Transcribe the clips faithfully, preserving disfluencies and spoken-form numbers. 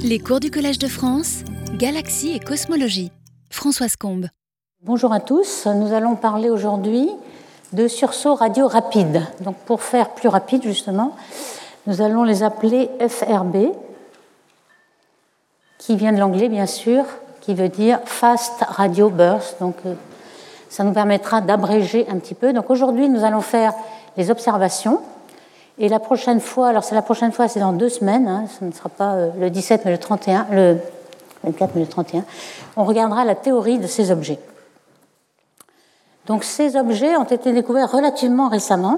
Les cours du Collège de France, Galaxie et Cosmologie. Françoise Combe. Bonjour à tous, nous allons parler aujourd'hui de sursauts radio rapides. Donc pour faire plus rapide justement, nous allons les appeler F R B, qui vient de l'anglais bien sûr, qui veut dire Fast Radio Burst. Donc ça nous permettra d'abréger un petit peu. Donc aujourd'hui nous allons faire les observations. Et la prochaine fois, alors c'est la prochaine fois, c'est dans deux semaines, hein, ce ne sera pas euh, le dix-sept mais le trente et un, le vingt-quatre mais le trente et un, on regardera la théorie de ces objets. Donc ces objets ont été découverts relativement récemment.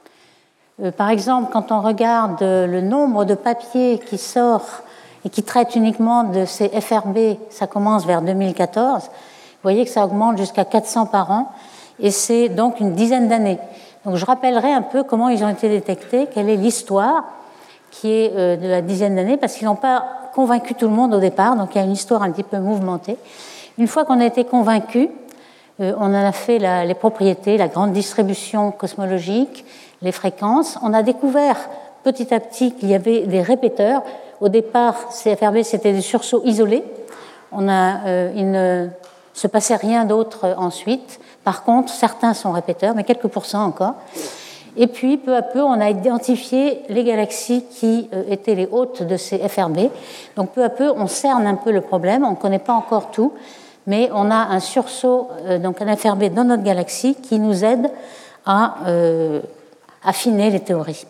Euh, par exemple, quand on regarde le nombre de papiers qui sort et qui traitent uniquement de ces F R B, ça commence vers deux mille quatorze, vous voyez que ça augmente jusqu'à quatre cents par an, et c'est donc une dizaine d'années. Donc je rappellerai un peu comment ils ont été détectés, quelle est l'histoire qui est euh, de la dizaine d'années, parce qu'ils n'ont pas convaincu tout le monde au départ, donc il y a une histoire un petit peu mouvementée. Une fois qu'on a été convaincu, euh, on en a fait la, les propriétés, la grande distribution cosmologique, les fréquences. On a découvert petit à petit qu'il y avait des répéteurs. Au départ, ces F R B, c'était des sursauts isolés. On a, euh, il ne se passait rien d'autre ensuite. Par contre, certains sont répéteurs, mais quelques pourcents encore. Et puis, peu à peu, on a identifié les galaxies qui euh, étaient les hôtes de ces F R B. Donc, peu à peu, on cerne un peu le problème. On ne connaît pas encore tout, mais on a un sursaut, euh, donc un F R B dans notre galaxie qui nous aide à euh, affiner les théories.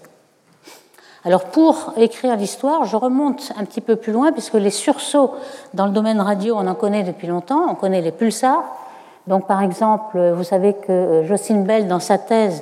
Alors, pour écrire l'histoire, je remonte un petit peu plus loin, puisque les sursauts dans le domaine radio, on en connaît depuis longtemps. On connaît les pulsars. Donc, par exemple, vous savez que Jocelyn Bell, dans sa thèse,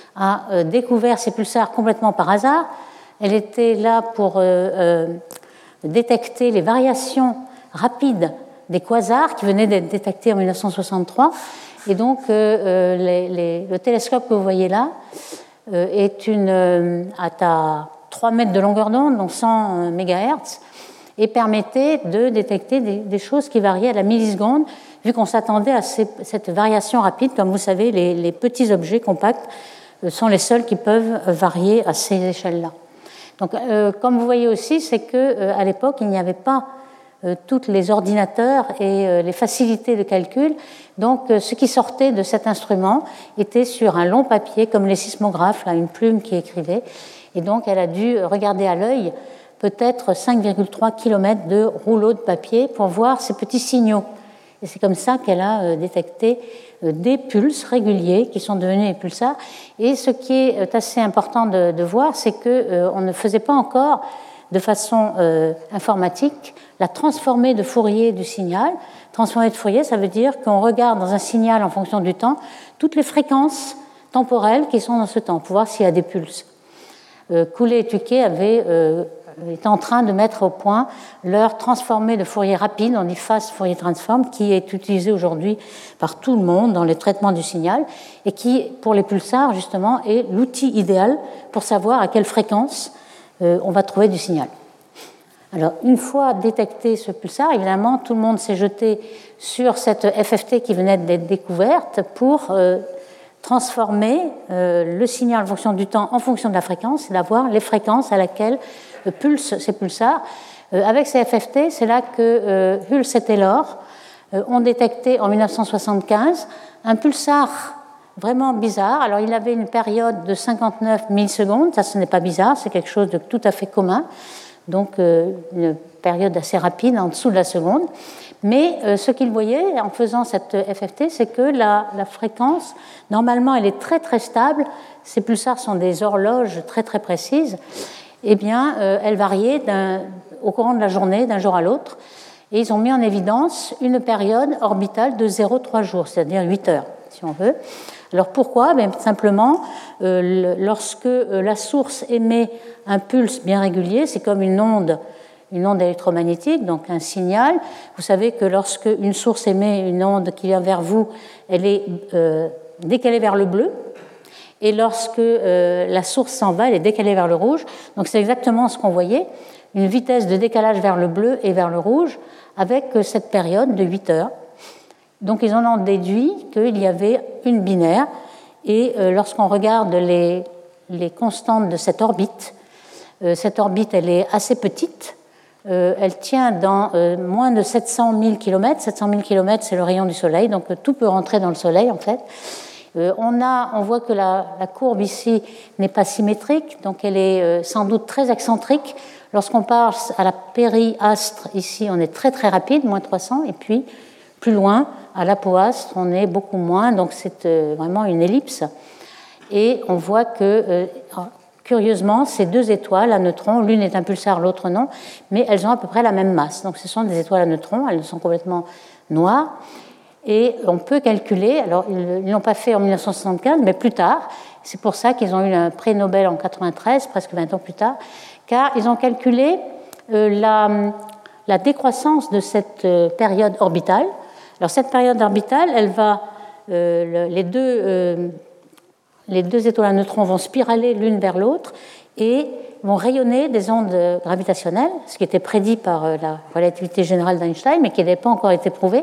a découvert ces pulsars complètement par hasard. Elle était là pour euh, euh, détecter les variations rapides des quasars qui venaient d'être détectés en dix-neuf cent soixante-trois. Et donc, euh, les, les, le télescope que vous voyez là euh, est une, euh, à trois mètres de longueur d'onde, donc cent mégahertz, et permettait de détecter des, des choses qui variaient à la milliseconde, vu qu'on s'attendait à ces, cette variation rapide. Comme vous savez, les, les petits objets compacts euh, sont les seuls qui peuvent varier à ces échelles-là. Donc, euh, comme vous voyez aussi, c'est qu'à euh, l'époque, il n'y avait pas euh, tous les ordinateurs et euh, les facilités de calcul. Donc, euh, ce qui sortait de cet instrument était sur un long papier, comme les sismographes, là, une plume qui écrivait. Et donc, elle a dû regarder à l'œil peut-être cinq virgule trois kilomètres de rouleau de papier pour voir ces petits signaux. Et c'est comme ça qu'elle a détecté des pulses réguliers qui sont devenus des pulsars. Et ce qui est assez important de, de voir, c'est qu'on euh, ne faisait pas encore de façon euh, informatique la transformée de Fourier du signal. Transformée de Fourier, ça veut dire qu'on regarde dans un signal en fonction du temps toutes les fréquences temporelles qui sont dans ce temps pour voir s'il y a des pulses. Euh, Coulé et Tuquet avaient euh, est en train de mettre au point leur transformée de Fourier rapide, on dit Fast Fourier Transform, qui est utilisé aujourd'hui par tout le monde dans les traitements du signal et qui, pour les pulsars, justement, est l'outil idéal pour savoir à quelle fréquence euh, on va trouver du signal. Alors, une fois détecté ce pulsar, évidemment, tout le monde s'est jeté sur cette F F T qui venait d'être découverte pour euh, transformer euh, le signal en fonction du temps en fonction de la fréquence et d'avoir les fréquences à laquelle pulsent ces pulsars. Euh, avec ces F F T, c'est là que euh, Hulse et Taylor euh, ont détecté en dix-neuf cent soixante-quinze un pulsar vraiment bizarre. Alors, il avait une période de cinquante-neuf millisecondes, ça ce n'est pas bizarre, c'est quelque chose de tout à fait commun, donc euh, une période assez rapide en dessous de la seconde. Mais euh, ce qu'ils voyaient en faisant cette F F T, c'est que la, la fréquence, normalement, elle est très très stable. Ces pulsars sont des horloges très très précises. Eh bien, euh, elle variait d'un, au courant de la journée, d'un jour à l'autre. Et ils ont mis en évidence une période orbitale de zéro virgule trois jours, c'est-à-dire huit heures, si on veut. Alors pourquoi ? Bien, simplement, euh, lorsque euh, la source émet un pulse bien régulier, c'est comme une onde, une onde électromagnétique, donc un signal. Vous savez que lorsque une source émet une onde qui vient vers vous, elle est euh, décalée vers le bleu. Et lorsque euh, la source s'en va, elle est décalée vers le rouge. Donc c'est exactement ce qu'on voyait, une vitesse de décalage vers le bleu et vers le rouge avec cette période de huit heures. Donc ils en ont déduit qu'il y avait une binaire. Et euh, lorsqu'on regarde les, les constantes de cette orbite, euh, cette orbite elle est assez petite, Euh, elle tient dans euh, moins de sept cent mille kilomètres. sept cent mille kilomètres, c'est le rayon du Soleil, donc euh, tout peut rentrer dans le Soleil en fait. Euh, on, a, on voit que la, la courbe ici n'est pas symétrique, donc elle est euh, sans doute très excentrique. Lorsqu'on passe à la périastre, ici on est très très rapide, moins trois cents, et puis plus loin, à l'apoastre, on est beaucoup moins, donc c'est euh, vraiment une ellipse. Et on voit que... Euh, curieusement, ces deux étoiles à neutrons, l'une est un pulsar, l'autre non, mais elles ont à peu près la même masse. Donc ce sont des étoiles à neutrons, elles sont complètement noires. Et on peut calculer, alors ils ne l'ont pas fait en mille neuf cent soixante-quinze, mais plus tard, c'est pour ça qu'ils ont eu un prix Nobel en quatre-vingt-treize, presque vingt ans plus tard, car ils ont calculé euh, la, la décroissance de cette euh, période orbitale. Alors cette période orbitale, elle va, euh, le, les deux... Euh, Les deux étoiles à neutrons vont spiraler l'une vers l'autre et vont rayonner des ondes gravitationnelles, ce qui était prédit par la relativité générale d'Einstein, mais qui n'avait pas encore été prouvé.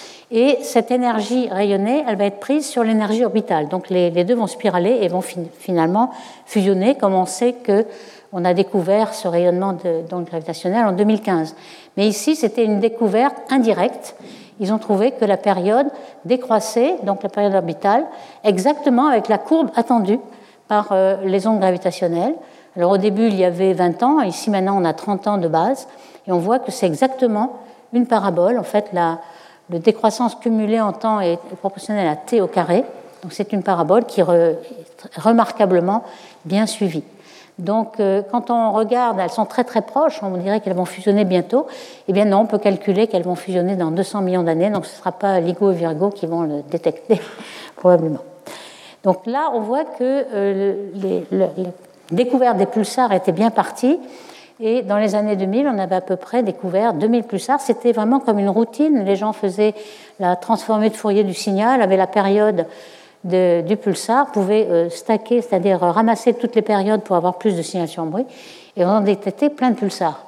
Et cette énergie rayonnée, elle va être prise sur l'énergie orbitale. Donc les, les deux vont spiraler et vont fin, finalement fusionner, comme on sait qu'on a découvert ce rayonnement d'ondes gravitationnelles en deux mille quinze. Mais ici, c'était une découverte indirecte. Ils ont trouvé que la période décroissait, donc la période orbitale, exactement avec la courbe attendue par euh, les ondes gravitationnelles. Alors au début, il y avait vingt ans, ici maintenant on a trente ans de base, et on voit que c'est exactement une parabole. En fait, la, la décroissance cumulée en temps est proportionnelle à t au carré, donc c'est une parabole qui est remarquablement bien suivie. Donc, euh, quand on regarde, elles sont très très proches, on dirait qu'elles vont fusionner bientôt. Eh bien non, on peut calculer qu'elles vont fusionner dans deux cents millions d'années, donc ce ne sera pas LIGO et Virgo qui vont le détecter, probablement. Donc là, on voit que euh, les, les, les découvertes des pulsars étaient bien parties, et dans les années deux mille, on avait à peu près découvert deux mille pulsars. C'était vraiment comme une routine, les gens faisaient la transformée de Fourier du signal, avaient la période De, du pulsar, pouvaient euh, stacker, c'est-à-dire euh, ramasser toutes les périodes pour avoir plus de signalisation en bruit, et on a détecté plein de pulsars.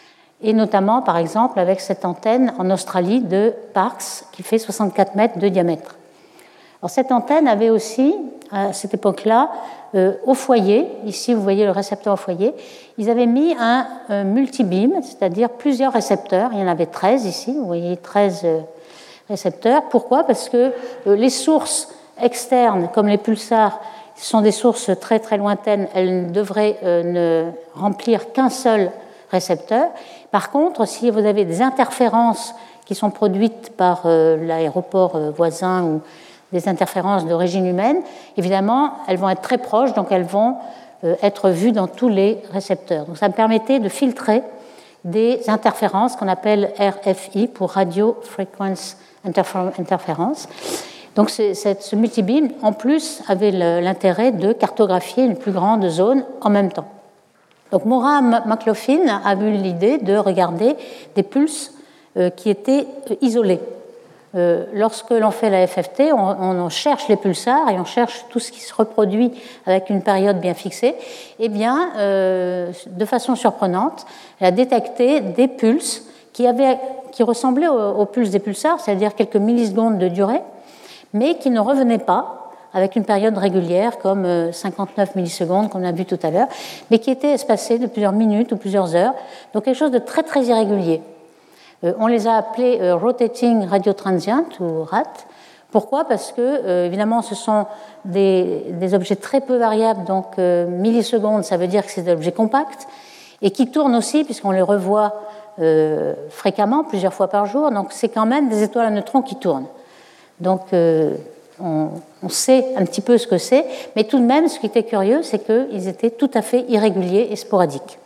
Et notamment, par exemple, avec cette antenne en Australie de Parkes, qui fait soixante-quatre mètres de diamètre. Alors, cette antenne avait aussi, à cette époque-là, euh, au foyer, ici vous voyez le récepteur au foyer, ils avaient mis un, un multibeam, c'est-à-dire plusieurs récepteurs, il y en avait treize ici, vous voyez treize euh, récepteurs. Pourquoi ? Parce que euh, les sources externes, comme les pulsars, sont des sources très très lointaines, elles ne devraient euh, ne remplir qu'un seul récepteur. Par contre, si vous avez des interférences qui sont produites par euh, l'aéroport euh, voisin ou des interférences d'origine humaine, évidemment, elles vont être très proches, donc elles vont euh, être vues dans tous les récepteurs. Donc ça me permettait de filtrer des interférences qu'on appelle R F I pour Radio Frequency Interference. Donc ce multibeam, en plus, avait l'intérêt de cartographier une plus grande zone en même temps. Donc Maura McLaughlin a eu l'idée de regarder des pulses euh, qui étaient isolés. Euh, lorsque l'on fait la F F T, on, on cherche les pulsars et on cherche tout ce qui se reproduit avec une période bien fixée. Eh bien, euh, de façon surprenante, elle a détecté des pulses qui, avaient, qui ressemblaient aux, aux pulses des pulsars, c'est-à-dire quelques millisecondes de durée, mais qui ne revenaient pas avec une période régulière comme cinquante-neuf millisecondes, comme on a vu tout à l'heure, mais qui étaient espacées de plusieurs minutes ou plusieurs heures, donc quelque chose de très très irrégulier. Euh, on les a appelés euh, Rotating Radio Transient, ou R A T. Pourquoi ? Parce que, euh, évidemment, ce sont des, des objets très peu variables, donc euh, millisecondes, ça veut dire que c'est des objets compacts, et qui tournent aussi, puisqu'on les revoit euh, fréquemment, plusieurs fois par jour, donc c'est quand même des étoiles à neutrons qui tournent. Donc, euh, on, on sait un petit peu ce que c'est, mais tout de même, ce qui était curieux, c'est qu'ils étaient tout à fait irréguliers et sporadiques.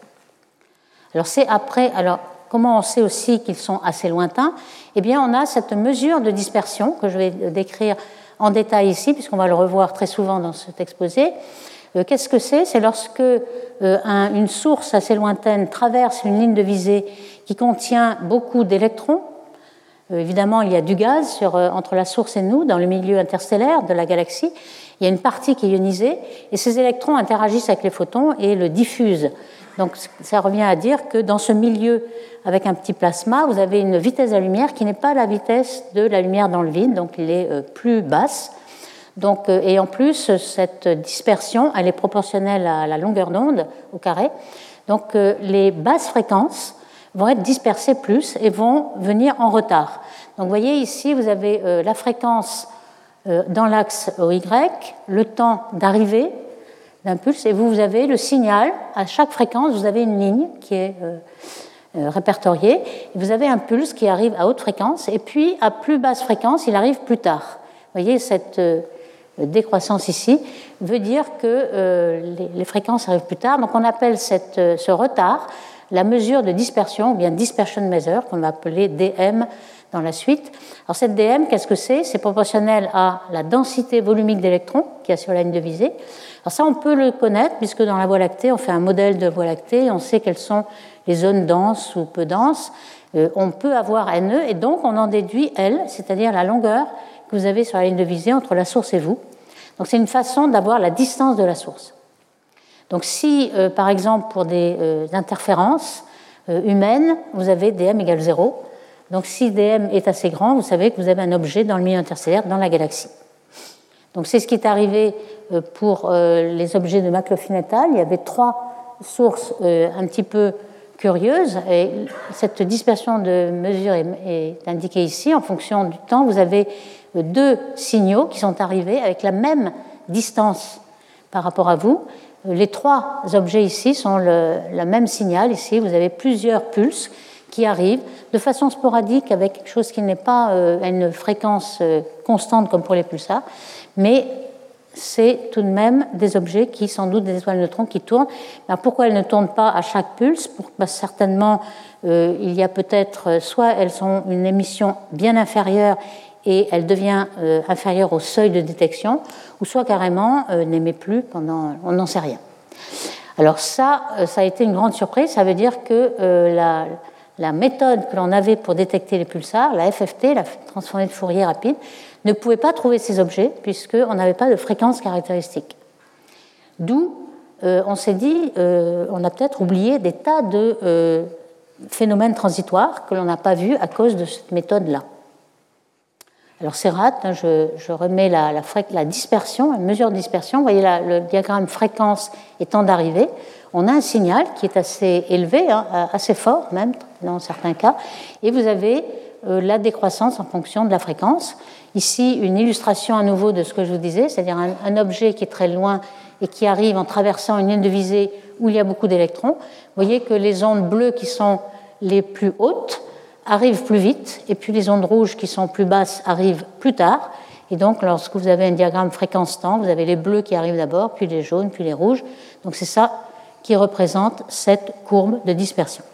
Alors, c'est après... Alors, comment on sait aussi qu'ils sont assez lointains ? Eh bien, on a cette mesure de dispersion que je vais décrire en détail ici, puisqu'on va le revoir très souvent dans cet exposé. Euh, qu'est-ce que c'est ? C'est lorsque euh, un, une source assez lointaine traverse une ligne de visée qui contient beaucoup d'électrons. Évidemment, il y a du gaz sur, euh, entre la source et nous, dans le milieu interstellaire de la galaxie. Il y a une partie qui est ionisée, et ces électrons interagissent avec les photons et le diffusent. Donc, ça revient à dire que dans ce milieu, avec un petit plasma, vous avez une vitesse de la lumière qui n'est pas la vitesse de la lumière dans le vide, donc elle est euh, plus basse. Donc, euh, et en plus, cette dispersion, elle est proportionnelle à la longueur d'onde au carré. Donc, euh, les basses fréquences vont être dispersés plus et vont venir en retard. Donc vous voyez ici, vous avez euh, la fréquence euh, dans l'axe O Y, le temps d'arrivée d'un pulse, et vous, vous avez le signal. À chaque fréquence, vous avez une ligne qui est euh, euh, répertoriée, et vous avez un pulse qui arrive à haute fréquence, et puis à plus basse fréquence, il arrive plus tard. Vous voyez, cette euh, décroissance ici veut dire que euh, les, les fréquences arrivent plus tard. Donc on appelle cette, euh, ce retard la mesure de dispersion, ou bien dispersion measure, qu'on va appeler D M dans la suite. Alors cette D M, qu'est-ce que c'est? C'est proportionnel à la densité volumique d'électrons qu'il y a sur la ligne de visée. Alors ça, on peut le connaître, puisque dans la Voie lactée, on fait un modèle de Voie lactée, on sait quelles sont les zones denses ou peu denses. Euh, on peut avoir N E, et donc on en déduit L, c'est-à-dire la longueur que vous avez sur la ligne de visée entre la source et vous. Donc c'est une façon d'avoir la distance de la source. Donc si, euh, par exemple, pour des euh, interférences euh, humaines, vous avez D M égale zéro, donc si D M est assez grand, vous savez que vous avez un objet dans le milieu interstellaire, dans la galaxie. Donc c'est ce qui est arrivé euh, pour euh, les objets de McLaughlin et al. Il y avait trois sources euh, un petit peu curieuses, et cette dispersion de mesure est, est indiquée ici. En fonction du temps, vous avez deux signaux qui sont arrivés avec la même distance par rapport à vous. Les trois objets ici sont le, le même signal. Ici, vous avez plusieurs pulses qui arrivent de façon sporadique avec quelque chose qui n'est pas euh, à une fréquence euh, constante comme pour les pulsars, mais c'est tout de même des objets qui, sans doute, des étoiles neutrons qui tournent. Alors, pourquoi elles ne tournent pas à chaque pulse? Pour, bah, certainement, euh, il y a peut-être, soit elles ont une émission bien inférieure et elle devient euh, inférieure au seuil de détection, ou soit carrément euh, n'émet plus pendant, on n'en sait rien. Alors ça, euh, ça a été une grande surprise. Ça veut dire que euh, la, la méthode que l'on avait pour détecter les pulsars, la F F T, la transformée de Fourier rapide, ne pouvait pas trouver ces objets puisqu'on n'avait pas de fréquence caractéristique. D'où euh, on s'est dit, euh, on a peut-être oublié des tas de euh, phénomènes transitoires que l'on n'a pas vus à cause de cette méthode-là. Alors c'est rate, hein, je, je remets la, la, la dispersion, la mesure de dispersion. Vous voyez la, le diagramme fréquence et temps d'arrivée. On a un signal qui est assez élevé, hein, assez fort même dans certains cas, et vous avez euh, la décroissance en fonction de la fréquence. Ici, une illustration à nouveau de ce que je vous disais, c'est-à-dire un, un objet qui est très loin et qui arrive en traversant une ligne de visée où il y a beaucoup d'électrons. Vous voyez que les ondes bleues qui sont les plus hautes arrivent plus vite, et puis les ondes rouges qui sont plus basses arrivent plus tard. Et donc, lorsque vous avez un diagramme fréquence-temps, vous avez les bleus qui arrivent d'abord, puis les jaunes, puis les rouges. Donc c'est ça qui représente cette courbe de dispersion.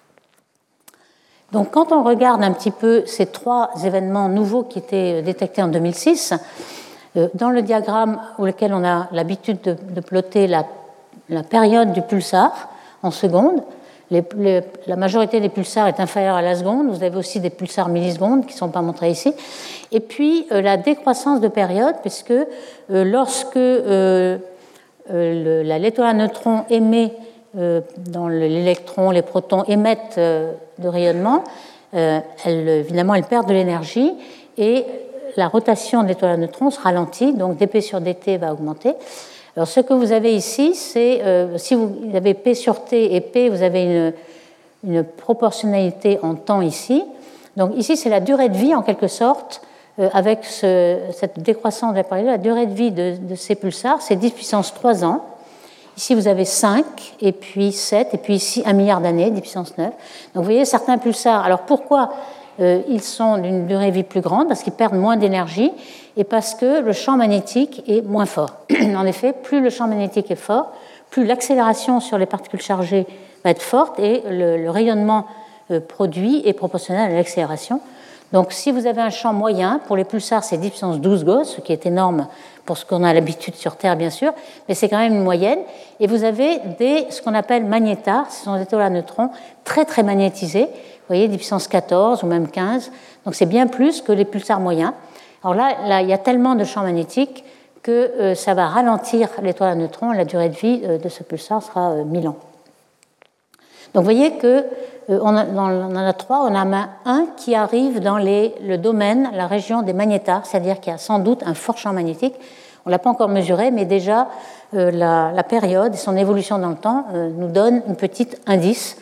Donc quand on regarde un petit peu ces trois événements nouveaux qui étaient détectés en deux mille six, dans le diagramme auquel on a l'habitude de, de plotter la, la période du pulsar en secondes, Les, les, la majorité des pulsars est inférieure à la seconde. Vous avez aussi des pulsars millisecondes qui ne sont pas montrés ici. Et puis euh, la décroissance de période, puisque euh, lorsque euh, euh, le, l'étoile à neutrons émet, euh, dans l'électron, les protons émettent euh, de rayonnement, euh, elle, évidemment, elles perdent de l'énergie et la rotation de l'étoile à neutrons se ralentit, donc dP sur dt va augmenter. Alors, ce que vous avez ici, c'est, euh, si vous avez P sur T et P, vous avez une, une proportionnalité en temps ici. Donc, ici, c'est la durée de vie, en quelque sorte, euh, avec ce, cette décroissance de la période. La durée de vie de, de ces pulsars, c'est dix puissance trois ans. Ici, vous avez cinq, et puis sept, et puis ici, un milliard d'années, dix puissance neuf. Donc, vous voyez, certains pulsars. Alors, pourquoi euh, ils sont d'une durée de vie plus grande? Parce qu'ils perdent moins d'énergie, et parce que le champ magnétique est moins fort. En effet, plus le champ magnétique est fort, plus l'accélération sur les particules chargées va être forte et le, le rayonnement euh, produit est proportionnel à l'accélération. Donc, si vous avez un champ moyen, pour les pulsars, c'est dix puissance douze Gauss, ce qui est énorme pour ce qu'on a l'habitude sur Terre, bien sûr, mais c'est quand même une moyenne. Et vous avez des, ce qu'on appelle magnétars, ce sont des étoiles à neutrons très, très magnétisés. Vous voyez, dix puissance quatorze ou même quinze. Donc, c'est bien plus que les pulsars moyens. Alors là, là, il y a tellement de champs magnétiques que euh, ça va ralentir l'étoile à neutrons. La durée de vie euh, de ce pulsar sera euh, mille ans. Donc vous voyez qu'on euh, on en a trois. On en a un qui arrive dans les, le domaine, la région des magnétars, c'est-à-dire qu'il y a sans doute un fort champ magnétique. On ne l'a pas encore mesuré, mais déjà euh, la, la période et son évolution dans le temps euh, nous donnent un petit indice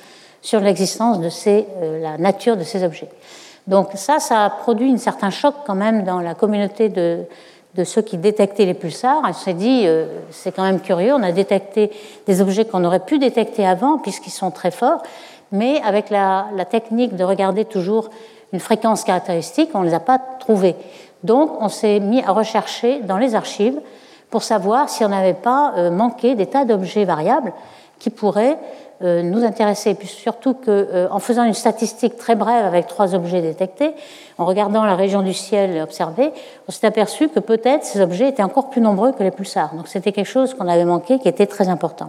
sur l'existence de ces, euh, la nature de ces objets. Donc ça, ça a produit un certain choc quand même dans la communauté de, de ceux qui détectaient les pulsars. On s'est dit, euh, c'est quand même curieux, on a détecté des objets qu'on aurait pu détecter avant puisqu'ils sont très forts, mais avec la, la technique de regarder toujours une fréquence caractéristique, on ne les a pas trouvés. Donc on s'est mis à rechercher dans les archives pour savoir si on n'avait pas euh, manqué des tas d'objets variables qui pourraient euh, nous intéresser. Et puis surtout qu'en euh, faisant une statistique très brève avec trois objets détectés, en regardant la région du ciel observée, on s'est aperçu que peut-être ces objets étaient encore plus nombreux que les pulsars. Donc c'était quelque chose qu'on avait manqué, qui était très important.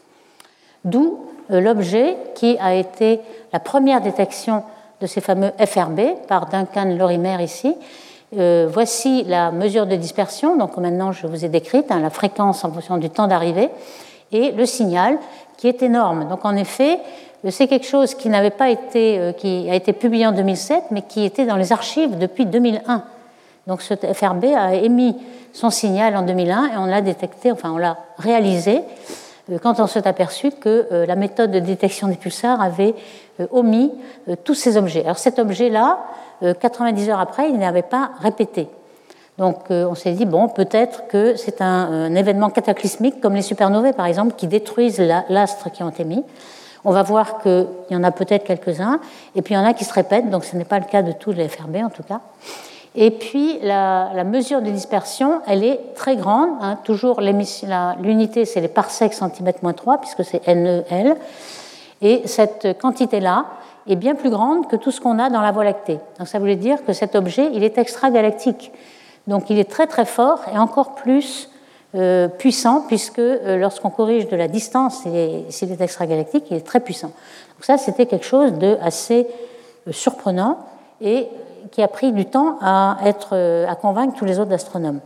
D'où euh, l'objet qui a été la première détection de ces fameux F R B par Duncan Lorimer ici. Euh, voici la mesure de dispersion, donc maintenant je vous ai décrite, hein, la fréquence en fonction du temps d'arrivée, et le signal qui est énorme. Donc en effet, c'est quelque chose qui n'avait pas été, euh, qui a été publié en deux mille sept, mais qui était dans les archives depuis deux mille un. Donc ce F R B a émis son signal en deux mille un et on l'a détecté, enfin on l'a réalisé euh, quand on s'est aperçu que euh, la méthode de détection des pulsars avait euh, omis euh, tous ces objets. Alors cet objet-là, euh, quatre-vingt-dix heures après, il n'avait pas répété. Donc euh, on s'est dit, bon, peut-être que c'est un, un événement cataclysmique comme les supernovae, par exemple, qui détruisent la, l'astre qui ont émis. On va voir qu'il y en a peut-être quelques-uns, et puis il y en a qui se répètent, donc ce n'est pas le cas de tous les F R B en tout cas. Et puis la, la mesure de dispersion, elle est très grande, hein, toujours la, l'unité c'est les parsecs centimètres moins trois, puisque c'est N E L, et cette quantité-là est bien plus grande que tout ce qu'on a dans la Voie lactée. Donc ça voulait dire que cet objet, il est extragalactique. Donc il est très très fort et encore plus euh, puissant, puisque euh, lorsqu'on corrige de la distance, s'il est extragalactique, il est très puissant. Donc ça, c'était quelque chose d'assez euh, surprenant et qui a pris du temps à, être, euh, à convaincre tous les autres astronomes.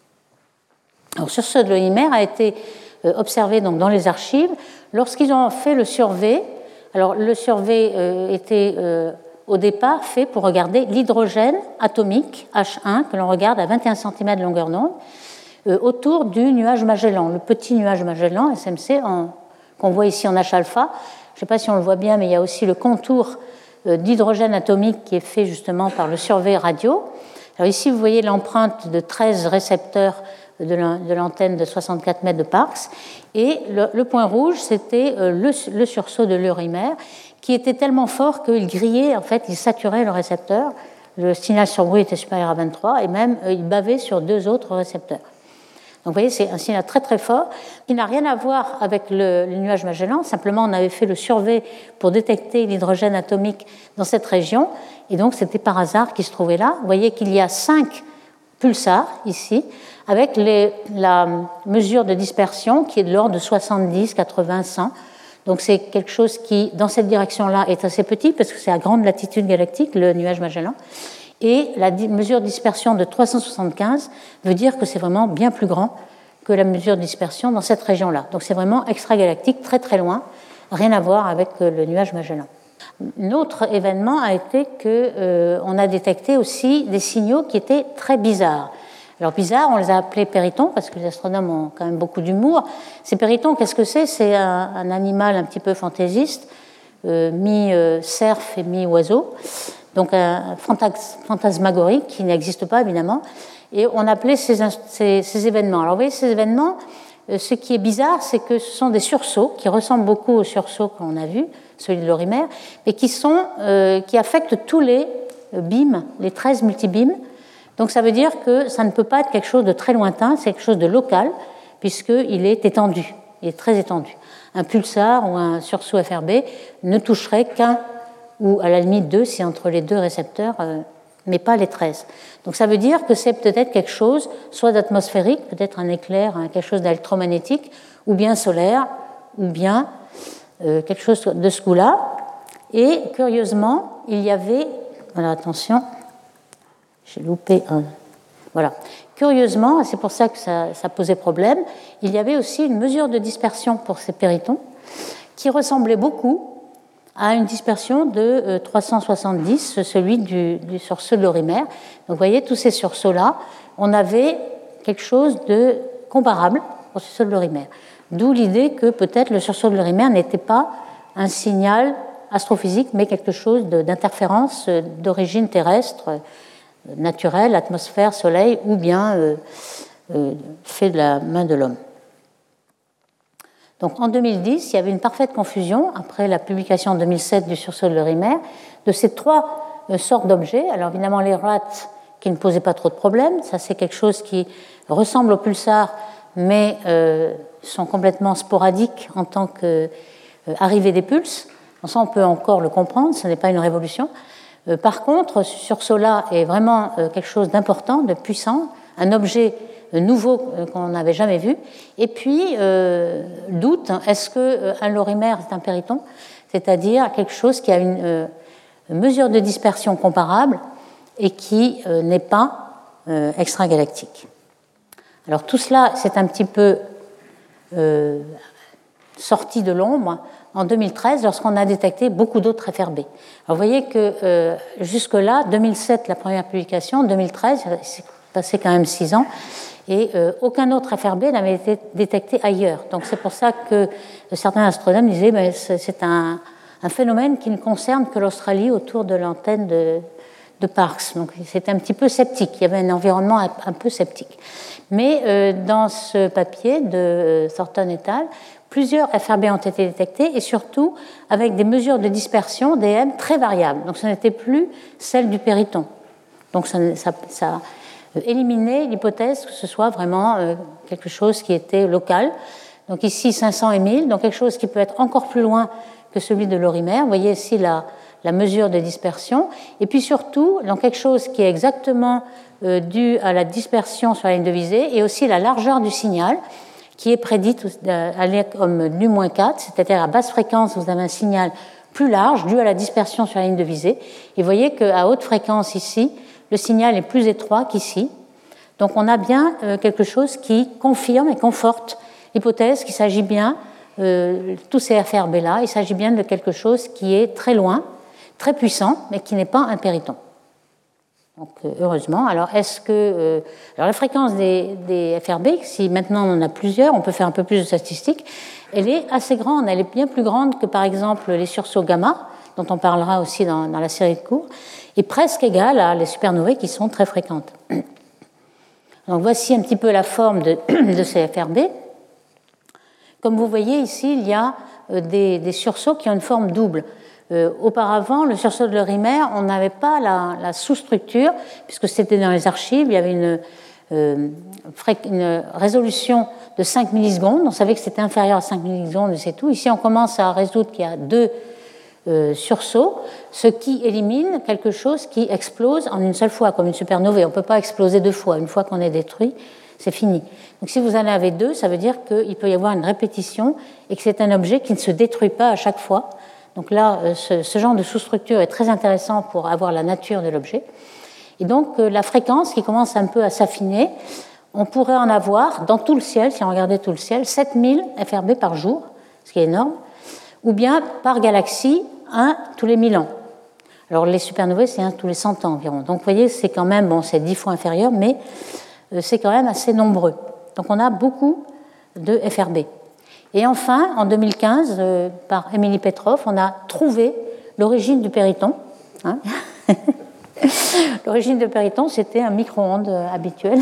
Alors sur ce, Lorimer a été euh, observé donc, dans les archives. Lorsqu'ils ont fait le survey, alors le survey euh, était... Euh, au départ fait pour regarder l'hydrogène atomique H un que l'on regarde à vingt et un centimètres de longueur d'onde euh, autour du nuage Magellan, le petit nuage Magellan S M C en, qu'on voit ici en H alpha. Je ne sais pas si on le voit bien, mais il y a aussi le contour euh, d'hydrogène atomique qui est fait justement par le survey radio. Alors ici vous voyez l'empreinte de treize récepteurs de l'antenne de soixante-quatre mètres de Parkes et le, le point rouge c'était euh, le, le sursaut de Lorimer qui était tellement fort qu'il grillait, en fait, il saturait le récepteur. Le signal sur bruit était supérieur à vingt-trois et même euh, il bavait sur deux autres récepteurs. Donc vous voyez, c'est un signal très très fort qui n'a rien à voir avec le, le nuage Magellan. Simplement, on avait fait le survey pour détecter l'hydrogène atomique dans cette région et donc c'était par hasard qu'il se trouvait là. Vous voyez qu'il y a cinq pulsars ici avec les, la mesure de dispersion qui est de l'ordre de soixante-dix, quatre-vingts, cent. Donc c'est quelque chose qui, dans cette direction-là, est assez petit parce que c'est à grande latitude galactique, le nuage Magellan. Et la mesure de dispersion de trois cent soixante-quinze veut dire que c'est vraiment bien plus grand que la mesure de dispersion dans cette région-là. Donc c'est vraiment extragalactique, très très loin, rien à voir avec le nuage Magellan. Un autre événement a été qu'on euh, a détecté aussi des signaux qui étaient très bizarres. Alors bizarre, on les a appelés péritons parce que les astronomes ont quand même beaucoup d'humour. Ces péritons, qu'est-ce que c'est ? C'est un, un animal un petit peu fantaisiste, euh, mi-cerf et mi-oiseau, donc un fantas- fantasmagorique qui n'existe pas évidemment. Et on appelait ces, ces, ces événements. Alors vous voyez, ces événements, euh, ce qui est bizarre, c'est que ce sont des sursauts qui ressemblent beaucoup aux sursauts qu'on a vus, celui de Lorimer, mais qui, sont, euh, qui affectent tous les beams, les treize multibeams. Donc ça veut dire que ça ne peut pas être quelque chose de très lointain, c'est quelque chose de local, puisqu'il est étendu, il est très étendu. Un pulsar ou un sursaut F R B ne toucherait qu'un, ou à la limite deux, si entre les deux récepteurs, euh, mais pas les treize. Donc ça veut dire que c'est peut-être quelque chose, soit d'atmosphérique, peut-être un éclair, hein, quelque chose d'électromagnétique, ou bien solaire, ou bien euh, quelque chose de ce goût-là. Et curieusement, il y avait... Voilà, attention... J'ai loupé un. Voilà. Curieusement, c'est pour ça que ça, ça posait problème, il y avait aussi une mesure de dispersion pour ces péritons qui ressemblait beaucoup à une dispersion de euh, trois cent soixante-dix, celui du, du sursaut de Lorimer. Donc vous voyez, tous ces sursauts-là, on avait quelque chose de comparable au sursaut de Lorimer. D'où l'idée que peut-être le sursaut de Lorimer n'était pas un signal astrophysique, mais quelque chose d'interférence d'origine terrestre, naturelle, atmosphère, soleil, ou bien euh, euh, fait de la main de l'homme. Donc en deux mille dix, il y avait une parfaite confusion, après la publication en deux mille sept du sursaut de Lorimer, de ces trois euh, sortes d'objets. Alors évidemment les R A T qui ne posaient pas trop de problèmes, ça c'est quelque chose qui ressemble aux pulsars, mais euh, sont complètement sporadiques en tant qu'arrivée euh, des pulses. Donc ça on peut encore le comprendre, ce n'est pas une révolution. Euh, par contre, ce sursaut-là est vraiment euh, quelque chose d'important, de puissant, un objet nouveau qu'on n'avait jamais vu. Et puis, euh, doute, est-ce qu'un Lorimer est un périton, c'est-à-dire quelque chose qui a une euh, mesure de dispersion comparable et qui euh, n'est pas euh, extragalactique. Alors tout cela, c'est un petit peu euh, sorti de l'ombre en deux mille treize, lorsqu'on a détecté beaucoup d'autres F R B. Alors vous voyez que euh, jusque-là, deux mille sept, la première publication, deux mille treize, c'est passé quand même six ans, et euh, aucun autre F R B n'avait été détecté ailleurs. Donc c'est pour ça que certains astronomes disaient que ben, c'est un, un phénomène qui ne concerne que l'Australie autour de l'antenne de, de Parkes. Donc c'était un petit peu sceptique, il y avait un environnement un, un peu sceptique. Mais euh, dans ce papier de euh, Thornton et al., plusieurs F R B ont été détectés et surtout avec des mesures de dispersion D M très variables. Donc ce n'était plus celle du périton. Donc ça, ça, ça éliminer l'hypothèse que ce soit vraiment euh, quelque chose qui était local. Donc ici cinq cents et mille, donc quelque chose qui peut être encore plus loin que celui de Lorimer. Vous voyez ici la, la mesure de dispersion. Et puis surtout, dans quelque chose qui est exactement euh, dû à la dispersion sur la ligne de visée et aussi la largeur du signal qui est prédite à comme nu moins quatre, c'est-à-dire à basse fréquence, vous avez un signal plus large dû à la dispersion sur la ligne de visée. Et vous voyez qu'à haute fréquence ici, le signal est plus étroit qu'ici. Donc on a bien euh, quelque chose qui confirme et conforte l'hypothèse qu'il s'agit bien, euh, tous ces F R B-là, il s'agit bien de quelque chose qui est très loin, très puissant, mais qui n'est pas un périton. Donc euh, heureusement. Alors est-ce que... Euh, alors la fréquence des, des F R B, si maintenant on en a plusieurs, on peut faire un peu plus de statistiques, elle est assez grande, elle est bien plus grande que par exemple les sursauts gamma, dont on parlera aussi dans, dans la série de cours, et presque égale à les supernovae qui sont très fréquentes. Donc voici un petit peu la forme de, de ces F R B. Comme vous voyez ici, il y a des, des sursauts qui ont une forme double. Euh, auparavant, le sursaut de Lorimer, on n'avait pas la, la sous-structure, puisque c'était dans les archives, il y avait une, euh, une résolution de cinq millisecondes, on savait que c'était inférieur à cinq millisecondes, c'est tout. Ici, on commence à résoudre qu'il y a deux Euh, sursaut, ce qui élimine quelque chose qui explose en une seule fois, comme une supernovae. On ne peut pas exploser deux fois. Une fois qu'on est détruit, c'est fini. Donc si vous en avez deux, ça veut dire qu'il peut y avoir une répétition et que c'est un objet qui ne se détruit pas à chaque fois. Donc là, ce, ce genre de sous-structure est très intéressant pour avoir la nature de l'objet. Et donc la fréquence qui commence un peu à s'affiner, on pourrait en avoir dans tout le ciel, si on regardait tout le ciel, sept mille F R B par jour, ce qui est énorme, ou bien par galaxie, un tous les mille ans. Alors les supernovae, c'est un tous les cent ans environ. Donc vous voyez, c'est quand même, bon, c'est dix fois inférieur, mais euh, c'est quand même assez nombreux. Donc on a beaucoup de F R B. Et enfin, en deux mille quinze, euh, par Émilie Petrov, on a trouvé l'origine du périton. Hein. L'origine du périton, c'était un micro-ondes euh, habituel.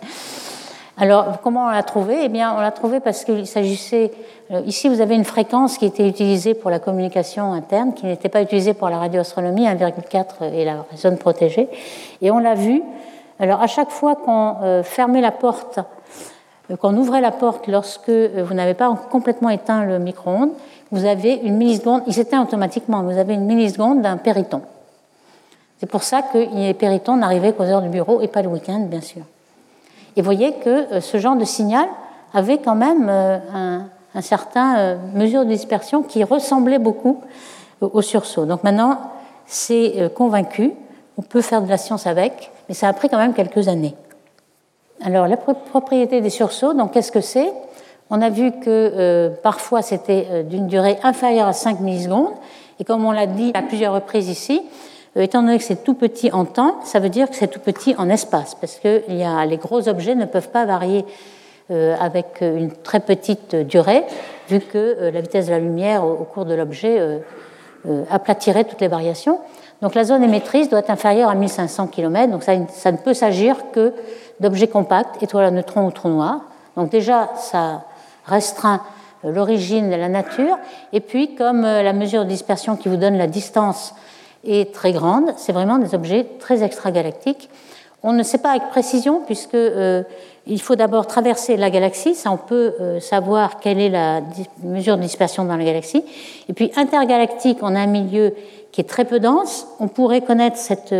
Alors, comment on l'a trouvé ? Eh bien, on l'a trouvé parce qu'il s'agissait... Euh, ici, vous avez une fréquence qui était utilisée pour la communication interne, qui n'était pas utilisée pour la radioastronomie, un virgule quatre et la zone protégée. Et on l'a vu. Alors, à chaque fois qu'on euh, fermait la porte, euh, qu'on ouvrait la porte lorsque euh, vous n'avez pas complètement éteint le micro-ondes, vous avez une milliseconde, il s'éteint automatiquement, vous avez une milliseconde d'un périton. C'est pour ça que les péritons n'arrivaient qu'aux heures du bureau et pas le week-end, bien sûr. Et vous voyez que ce genre de signal avait quand même un, un certain euh, mesure de dispersion qui ressemblait beaucoup au sursaut. Donc maintenant, c'est euh, convaincu, on peut faire de la science avec, mais ça a pris quand même quelques années. Alors, la propriété des sursauts, donc qu'est-ce que c'est ? On a vu que euh, parfois c'était euh, d'une durée inférieure à cinq millisecondes, et comme on l'a dit à plusieurs reprises ici, Euh, étant donné que c'est tout petit en temps, ça veut dire que c'est tout petit en espace, parce que il y a, les gros objets ne peuvent pas varier euh, avec une très petite durée, vu que euh, la vitesse de la lumière au, au cours de l'objet euh, euh, aplatirait toutes les variations. Donc la zone émettrice doit être inférieure à mille cinq cents kilomètres, donc ça, ça ne peut s'agir que d'objets compacts, étoiles à neutrons ou trous noirs. Donc déjà, ça restreint l'origine de la nature, et puis comme la mesure de dispersion qui vous donne la distance est très grande, c'est vraiment des objets très extragalactiques. On ne sait pas avec précision, puisque euh, il faut d'abord traverser la galaxie, ça on peut euh, savoir quelle est la mesure de dispersion dans la galaxie, et puis intergalactique, on a un milieu qui est très peu dense, on pourrait connaître cette,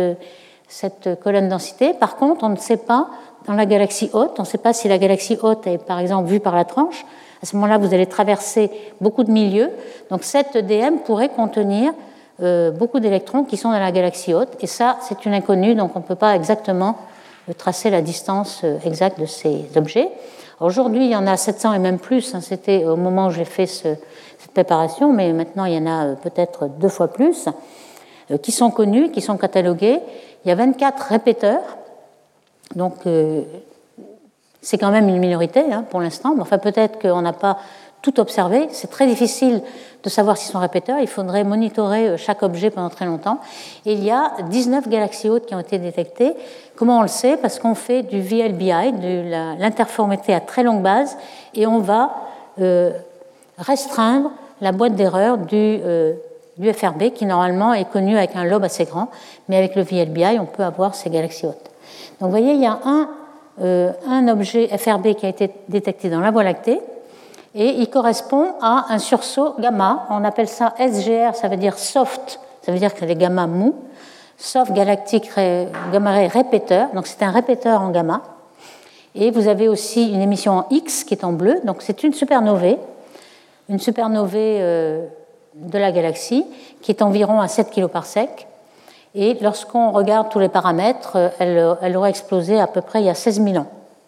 cette colonne densité, par contre on ne sait pas dans la galaxie haute, on ne sait pas si la galaxie haute est par exemple vue par la tranche. À ce moment-là, vous allez traverser beaucoup de milieux. Donc, cette D M pourrait contenir euh, beaucoup d'électrons qui sont dans la galaxie haute. Et ça, c'est une inconnue, donc on ne peut pas exactement tracer la distance exacte de ces objets. Aujourd'hui, il y en a sept cents et même plus. Hein, c'était au moment où j'ai fait ce, cette préparation, mais maintenant, il y en a euh, peut-être deux fois plus, euh, qui sont connus, qui sont catalogués. Il y a vingt-quatre répéteurs. Donc, euh, c'est quand même une minorité hein, pour l'instant, mais enfin peut-être qu'on n'a pas tout observé. C'est très difficile de savoir s'ils sont répéteurs. Il faudrait monitorer chaque objet pendant très longtemps. Et il y a dix-neuf galaxies hautes qui ont été détectées. Comment on le sait? Parce qu'on fait du V L B I, de la, l'interférométrie à très longue base, et on va euh, restreindre la boîte d'erreur du, euh, du F R B, qui normalement est connu avec un lobe assez grand, mais avec le V L B I, on peut avoir ces galaxies hautes. Donc vous voyez, il y a un Euh, un objet F R B qui a été détecté dans la Voie lactée et il correspond à un sursaut gamma. On appelle ça S G R, ça veut dire soft, ça veut dire que les gamma mous, soft galactique gamma ray répéteur, donc c'est un répéteur en gamma. Et vous avez aussi une émission en X qui est en bleu, donc c'est une supernovae, une supernovae euh, de la galaxie qui est environ à sept kiloparsecs. Et lorsqu'on regarde tous les paramètres, elle, elle aurait explosé à peu près il y a seize mille ans.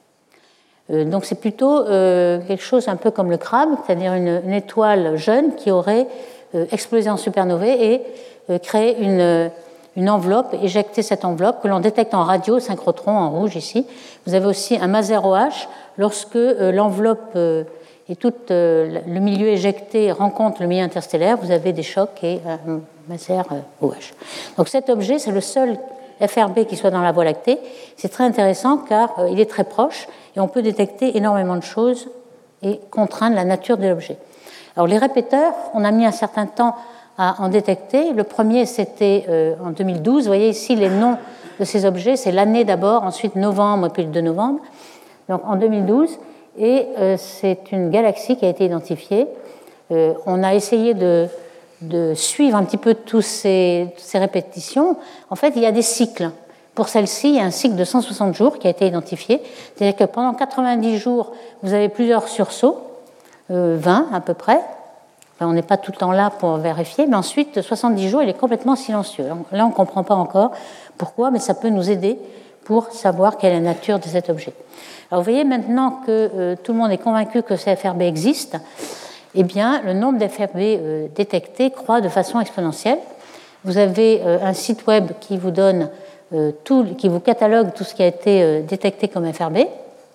Euh, donc c'est plutôt euh, quelque chose un peu comme le crabe, c'est-à-dire une, une étoile jeune qui aurait euh, explosé en supernovae et euh, créé une, une enveloppe, éjecté cette enveloppe que l'on détecte en radio, synchrotron en rouge ici. Vous avez aussi un maser O H lorsque euh, l'enveloppe euh, et tout euh, le milieu éjecté rencontre le milieu interstellaire, vous avez des chocs et euh, maser O H. Donc cet objet, c'est le seul F R B qui soit dans la Voie lactée. C'est très intéressant car euh, il est très proche et on peut détecter énormément de choses et contraindre la nature de l'objet. Alors les répéteurs, on a mis un certain temps à en détecter. Le premier, c'était euh, en deux mille douze. Vous voyez ici les noms de ces objets. C'est l'année d'abord, ensuite novembre et puis le deux novembre. Donc en deux mille douze. Et euh, c'est une galaxie qui a été identifiée. Euh, on a essayé de, de suivre un petit peu tous ces, toutes ces répétitions. En fait, il y a des cycles. Pour celle-ci, il y a un cycle de cent soixante jours qui a été identifié. C'est-à-dire que pendant quatre-vingt-dix jours, vous avez plusieurs sursauts, euh, vingt à peu près. Enfin, on n'est pas tout le temps là pour vérifier, mais ensuite, soixante-dix jours, il est complètement silencieux. Là, on ne comprend pas encore pourquoi, mais ça peut nous aider pour savoir quelle est la nature de cet objet. Alors, vous voyez maintenant que euh, tout le monde est convaincu que ces F R B existent, eh bien, le nombre d'F R B euh, détectés croît de façon exponentielle. Vous avez euh, un site web qui vous donne euh, tout, qui vous catalogue tout ce qui a été euh, détecté comme F R B.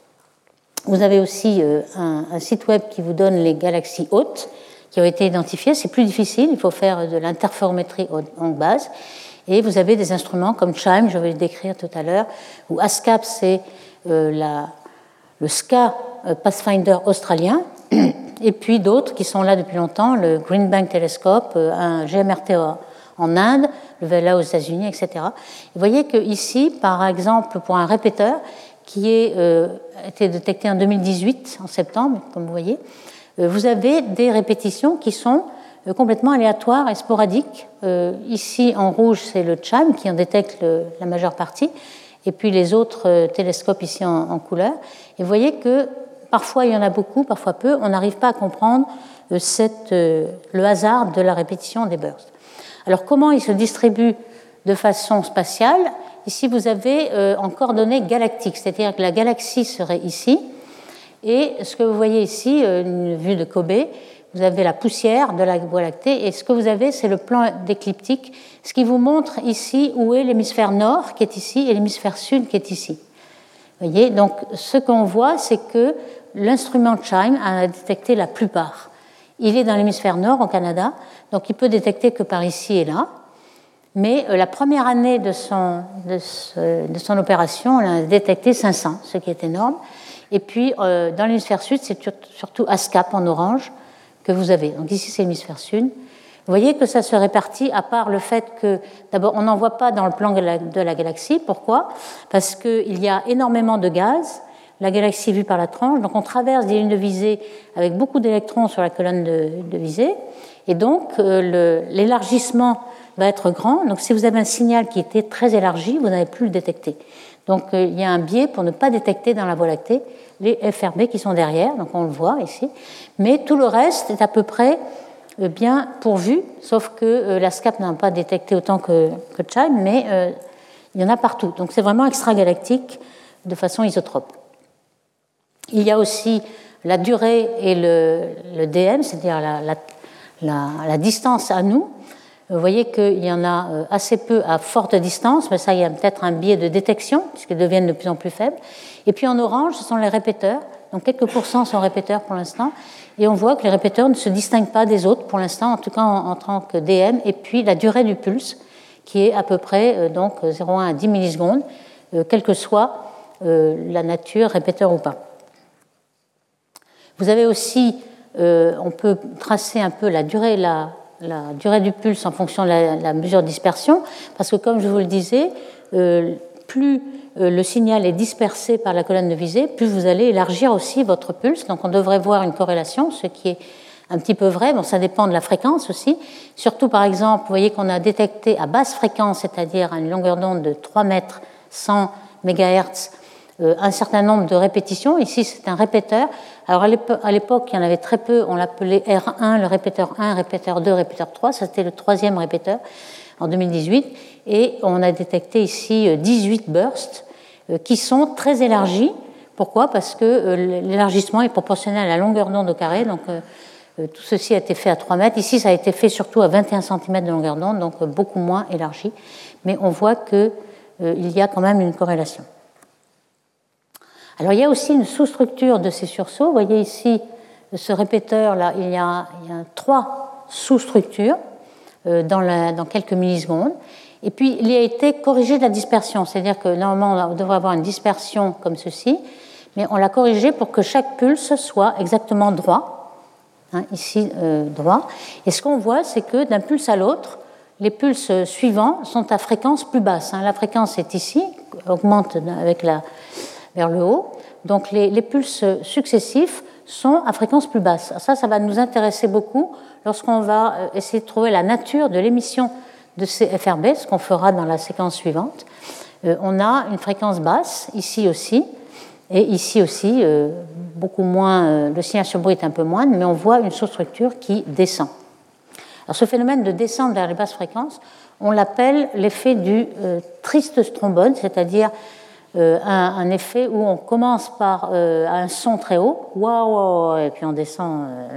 Vous avez aussi euh, un, un site web qui vous donne les galaxies hautes qui ont été identifiées. C'est plus difficile, il faut faire de l'interférométrie en base. Et vous avez des instruments comme CHIME, je vais le décrire tout à l'heure, ou ASCAP, c'est euh, la, le S C A Pathfinder australien, et puis d'autres qui sont là depuis longtemps, le Green Bank Telescope, un G M R T en Inde, le Vela aux États-Unis, et cetera. Vous voyez qu'ici, par exemple, pour un répéteur qui a euh, été détecté en deux mille dix-huit, en septembre, comme vous voyez, euh, vous avez des répétitions qui sont euh, complètement aléatoires et sporadiques. Euh, ici, en rouge, c'est le CHIME qui en détecte le, la majeure partie, et puis les autres euh, télescopes ici en, en couleur. Et vous voyez que parfois il y en a beaucoup, parfois peu. On n'arrive pas à comprendre euh, cette, euh, le hasard de la répétition des bursts. Alors, comment ils se distribuent de façon spatiale? Ici, vous avez euh, en coordonnées galactiques, c'est-à-dire que la galaxie serait ici. Et ce que vous voyez ici, euh, une vue de Kobe, vous avez la poussière de la Voie lactée. Et ce que vous avez, c'est le plan d'écliptique, ce qui vous montre ici où est l'hémisphère nord, qui est ici, et l'hémisphère sud, qui est ici. Vous voyez, donc ce qu'on voit, c'est que l'instrument CHIME a détecté la plupart. Il est dans l'hémisphère nord, au Canada, donc il peut détecter que par ici et là. Mais euh, la première année de son, de, ce, de son opération, on a détecté cinq cents, ce qui est énorme. Et puis, euh, dans l'hémisphère sud, c'est surtout ASCAP en orange que vous avez. Donc ici, c'est l'hémisphère sud. Vous voyez que ça se répartit, à part le fait que, d'abord, on n'en voit pas dans le plan de la galaxie. Pourquoi? Parce qu'il y a énormément de gaz, la galaxie vue par la tranche, donc on traverse des lignes de visée avec beaucoup d'électrons sur la colonne de, de visée, et donc euh, l'élargissement va être grand. Donc si vous avez un signal qui était très élargi, vous n'avez plus le détecter. Donc euh, il y a un biais pour ne pas détecter dans la Voie lactée les F R B qui sont derrière, donc on le voit ici, mais tout le reste est à peu près bien pourvu, sauf que euh, la SCAP n'a pas détecté autant que, que CHIME, mais euh, il y en a partout. Donc c'est vraiment extragalactique de façon isotrope. Il y a aussi la durée et le, le D M, c'est-à-dire la, la, la, la distance à nous. Vous voyez qu'il y en a assez peu à forte distance, mais ça, il y a peut-être un biais de détection, puisqu'ils deviennent de plus en plus faibles. Et puis en orange, ce sont les répéteurs. Donc quelques pourcents sont répéteurs pour l'instant. Et on voit que les répéteurs ne se distinguent pas des autres pour l'instant, en tout cas en, en tant que D M. Et puis la durée du pulse, qui est à peu près euh, donc zéro virgule un à dix millisecondes, euh, quelle que soit euh, la nature, répéteur ou pas. Vous avez aussi, euh, on peut tracer un peu la durée, la, la durée du pulse en fonction de la, la mesure de dispersion, parce que comme je vous le disais, euh, plus euh, le signal est dispersé par la colonne de visée, plus vous allez élargir aussi votre pulse. Donc on devrait voir une corrélation, ce qui est un petit peu vrai. Bon, ça dépend de la fréquence aussi. Surtout, par exemple, vous voyez qu'on a détecté à basse fréquence, c'est-à-dire à une longueur d'onde de trois mètres, cent mégahertz, euh, un certain nombre de répétitions. Ici, c'est un répéteur. Alors à l'époque, il y en avait très peu. On l'appelait R un, le répéteur un, répéteur deux, répéteur trois. Ça, c'était le troisième répéteur en deux mille dix-huit. Et on a détecté ici dix-huit bursts euh, qui sont très élargis. Pourquoi? Parce que euh, l'élargissement est proportionnel à la longueur d'onde au carré. Donc, euh, tout ceci a été fait à trois mètres. Ici, ça a été fait surtout à vingt et un centimètres de longueur d'onde, donc beaucoup moins élargi. Mais on voit qu'il euh, y a quand même une corrélation. Alors, il y a aussi une sous-structure de ces sursauts. Vous voyez ici, ce répéteur-là, il y a, il y a trois sous-structures euh, dans, la, dans quelques millisecondes. Et puis, il a été corrigé de la dispersion. C'est-à-dire que normalement, on devrait avoir une dispersion comme ceci, mais on l'a corrigé pour que chaque pulse soit exactement droit. Hein, ici, euh, droit. Et ce qu'on voit, c'est que d'un pulse à l'autre, les pulses suivants sont à fréquence plus basse. Hein. La fréquence est ici, augmente avec la, vers le haut. Donc les, les pulses successifs sont à fréquence plus basse. Ça, ça va nous intéresser beaucoup lorsqu'on va essayer de trouver la nature de l'émission de ces F R B, ce qu'on fera dans la séquence suivante. Euh, on a une fréquence basse, ici aussi, et ici aussi, euh, beaucoup moins, euh, le signal sur bruit est un peu moindre, mais on voit une sous-structure qui descend. Alors ce phénomène de descente vers les basses fréquences, on l'appelle l'effet du euh, triste strombone, c'est-à-dire euh, un, un effet où on commence par euh, un son très haut, waouh, et puis on descend euh,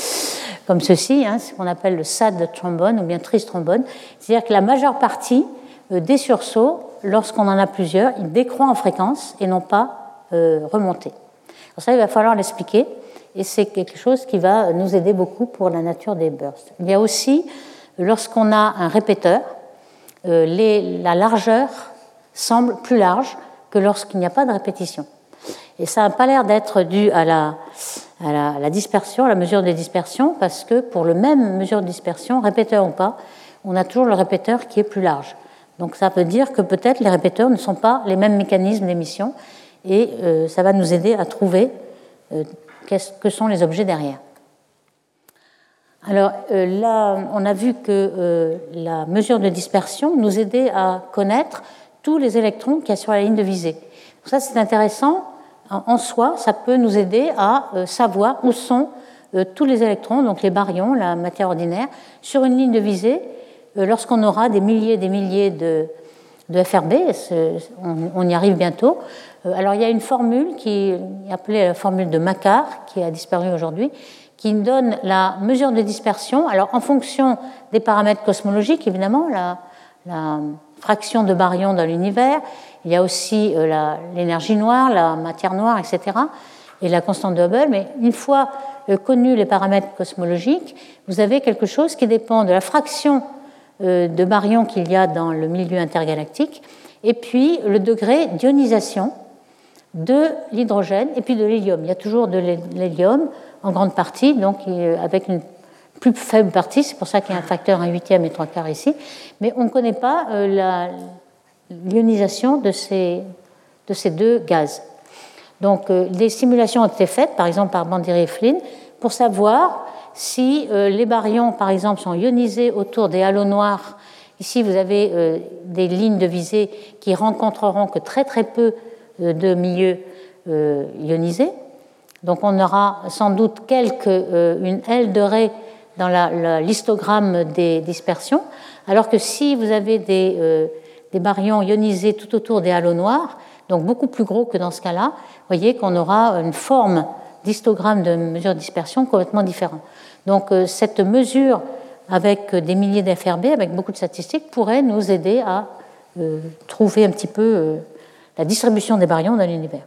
comme ceci, hein, ce qu'on appelle le sad trombone ou bien triste trombone, c'est-à-dire que la majeure partie euh, des sursauts, lorsqu'on en a plusieurs, ils décroît en fréquence et non pas Euh, remonter. Alors ça, il va falloir l'expliquer, et c'est quelque chose qui va nous aider beaucoup pour la nature des bursts. Il y a aussi, lorsqu'on a un répéteur, euh, les, la largeur semble plus large que lorsqu'il n'y a pas de répétition. Et ça n'a pas l'air d'être dû à la, à, la, à la dispersion, à la mesure des dispersions, parce que pour le même mesure de dispersion, répéteur ou pas, on a toujours le répéteur qui est plus large. Donc ça veut dire que peut-être les répéteurs ne sont pas les mêmes mécanismes d'émission, et euh, ça va nous aider à trouver euh, qu'est-ce que sont les objets derrière. Alors euh, là, on a vu que euh, la mesure de dispersion nous aidait à connaître tous les électrons qu'il y a sur la ligne de visée. Donc ça, c'est intéressant. En, en soi, ça peut nous aider à euh, savoir où sont euh, tous les électrons, donc les baryons, la matière ordinaire, sur une ligne de visée, euh, lorsqu'on aura des milliers et des milliers de, de F R B. On, on y arrive bientôt. Alors, il y a une formule qui est appelée la formule de Makar, qui a disparu aujourd'hui, qui donne la mesure de dispersion. Alors, en fonction des paramètres cosmologiques, évidemment, la, la fraction de baryons dans l'univers, il y a aussi euh, l'énergie noire, la matière noire, et cetera. et la constante de Hubble, mais une fois euh, connus les paramètres cosmologiques, vous avez quelque chose qui dépend de la fraction euh, de baryons qu'il y a dans le milieu intergalactique, et puis le degré d'ionisation de l'hydrogène et puis de l'hélium. Il y a toujours de l'hélium en grande partie, donc avec une plus faible partie, c'est pour ça qu'il y a un facteur un huitième et trois quarts ici, mais on ne connaît pas euh, l'ionisation de ces, de ces deux gaz. Donc euh, des simulations ont été faites, par exemple par Bandiri et Flynn, pour savoir si euh, les baryons, par exemple, sont ionisés autour des halos noirs. Ici, vous avez euh, des lignes de visée qui rencontreront que très très peu euh, de milieux euh, ionisés. Donc on aura sans doute quelques, euh, une aile de Ré dans la, la l'histogramme des dispersions, alors que si vous avez des, euh, des baryons ionisés tout autour des halos noirs, donc beaucoup plus gros que dans ce cas-là, vous voyez qu'on aura une forme d'histogramme de mesure de dispersion complètement différente. Donc euh, cette mesure avec des milliers d'F R B, avec beaucoup de statistiques, pourrait nous aider à euh, trouver un petit peu euh, la distribution des baryons dans l'univers.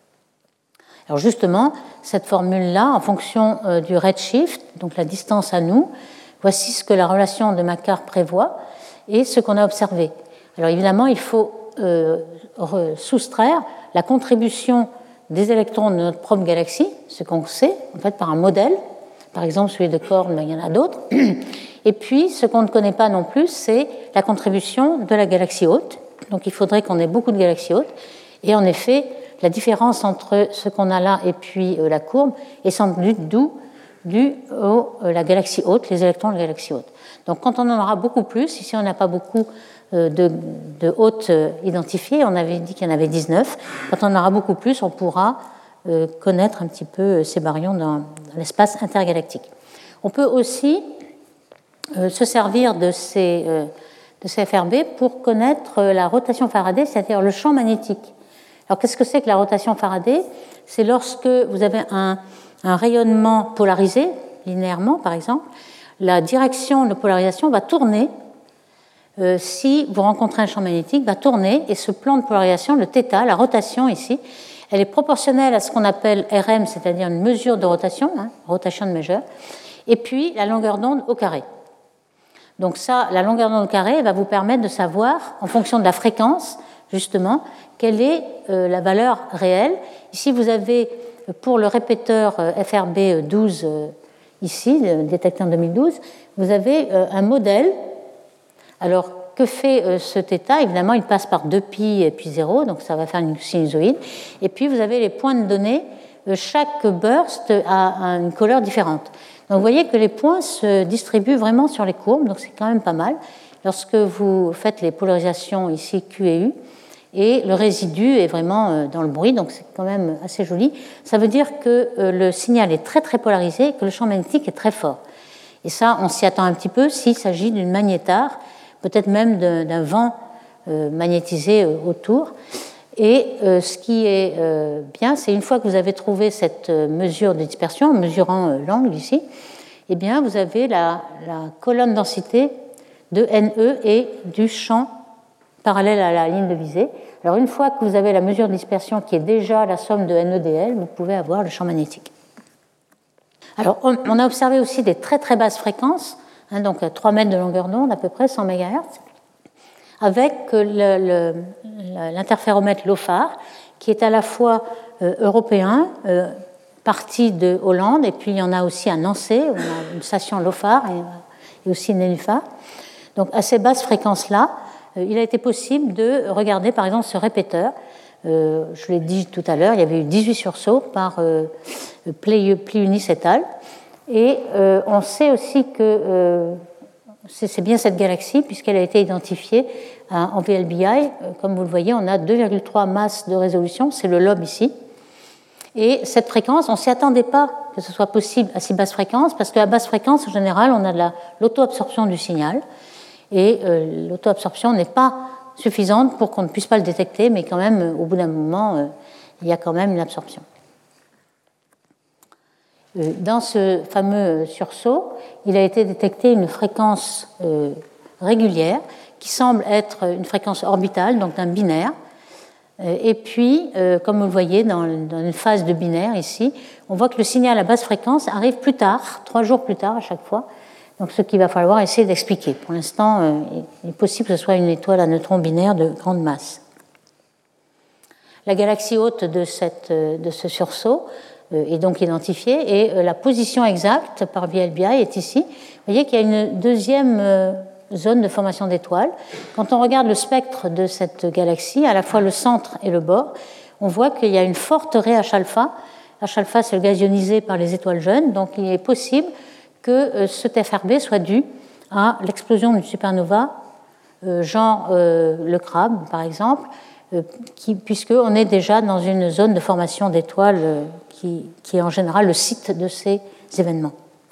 Alors justement, cette formule-là, en fonction euh, du redshift, donc la distance à nous, voici ce que la relation de Makar prévoit et ce qu'on a observé. Alors évidemment, il faut euh, soustraire la contribution des électrons de notre propre galaxie, ce qu'on sait en fait par un modèle, par exemple celui de Korn, mais il y en a d'autres. Et puis, ce qu'on ne connaît pas non plus, c'est la contribution de la galaxie haute. Donc il faudrait qu'on ait beaucoup de galaxies hautes. Et en effet, la différence entre ce qu'on a là et puis euh, la courbe est sans doute due du, au, euh, la galaxie haute, les électrons de la galaxie haute. Donc quand on en aura beaucoup plus, ici on n'a pas beaucoup euh, de, de hautes euh, identifiées, on avait dit qu'il y en avait dix-neuf, quand on en aura beaucoup plus, on pourra euh, connaître un petit peu euh, ces baryons dans, dans l'espace intergalactique. On peut aussi euh, se servir de ces, euh, de ces F R B pour connaître euh, la rotation Faraday, c'est-à-dire le champ magnétique. Alors, qu'est-ce que c'est que la rotation Faraday? C'est lorsque vous avez un, un rayonnement polarisé, linéairement par exemple, la direction de polarisation va tourner, euh, si vous rencontrez un champ magnétique, va tourner, et ce plan de polarisation, le θ, la rotation ici, elle est proportionnelle à ce qu'on appelle R M, c'est-à-dire une mesure de rotation, hein, rotation de mesure, et puis la longueur d'onde au carré. Donc ça, la longueur d'onde au carré va vous permettre de savoir, en fonction de la fréquence, justement, quelle est euh, la valeur réelle. Ici, vous avez, pour le répéteur euh, F R B douze, euh, ici, détecté en deux mille douze, vous avez euh, un modèle. Alors, que fait euh, ce θ? Évidemment, il passe par deux pi et puis zéro, donc ça va faire une sinusoïde. Et puis, vous avez les points de données. Euh, chaque burst a, a une couleur différente. Donc, vous voyez que les points se distribuent vraiment sur les courbes, donc c'est quand même pas mal. Lorsque vous faites les polarisations ici Q et U, et le résidu est vraiment dans le bruit, donc c'est quand même assez joli. Ça veut dire que le signal est très très polarisé et que le champ magnétique est très fort. Et ça, on s'y attend un petit peu s'il s'agit d'une magnétare, peut-être même d'un vent magnétisé autour. Et ce qui est bien, c'est une fois que vous avez trouvé cette mesure de dispersion, en mesurant l'angle ici, eh bien vous avez la, la colonne densité de N E et du champ parallèle à la ligne de visée. Alors une fois que vous avez la mesure de dispersion qui est déjà la somme de N E D L, vous pouvez avoir le champ magnétique. Alors on a observé aussi des très très basses fréquences, hein, donc à trois mètres de longueur d'onde, à peu près cent mégahertz, avec l'interféromètre LOFAR, qui est à la fois euh, européen, euh, parti de Hollande, et puis il y en a aussi à Nancy, on a une station LOFAR et, et aussi Nénuphar. Donc à ces basses fréquences-là, il a été possible de regarder par exemple ce répéteur. Euh, je l'ai dit tout à l'heure, il y avait eu dix-huit sursauts par euh, Pliunis et al. Et euh, on sait aussi que euh, c'est bien cette galaxie puisqu'elle a été identifiée hein, en V L B I. Euh, comme vous le voyez, on a deux virgule trois masses de résolution, c'est le lobe ici. Et cette fréquence, on ne s'y attendait pas que ce soit possible à si basse fréquence parce qu'à basse fréquence, en général, on a de l'auto-absorption du signal. Et euh, l'auto-absorption n'est pas suffisante pour qu'on ne puisse pas le détecter, mais quand même, euh, au bout d'un moment, euh, il y a quand même une absorption. Euh, dans ce fameux sursaut, il a été détecté une fréquence euh, régulière qui semble être une fréquence orbitale, donc d'un binaire, Et puis, euh, comme vous le voyez dans, dans une phase de binaire ici, on voit que le signal à basse fréquence arrive plus tard, trois jours plus tard à chaque fois. Donc, ce qu'il va falloir essayer d'expliquer. Pour l'instant, euh, il est possible que ce soit une étoile à neutrons binaire de grande masse. La galaxie hôte de, cette, de ce sursaut euh, est donc identifiée et euh, la position exacte par V L B I est ici. Vous voyez qu'il y a une deuxième euh, zone de formation d'étoiles. Quand on regarde le spectre de cette galaxie, à la fois le centre et le bord, on voit qu'il y a une forte raie H-alpha. H-alpha, c'est le gaz ionisé par les étoiles jeunes, donc il est possible que ce T F R B soit dû à l'explosion d'une supernova, euh, genre euh, le crabe, par exemple, euh, qui, puisqu'on est déjà dans une zone de formation d'étoiles euh, qui, qui est en général le site de ces événements.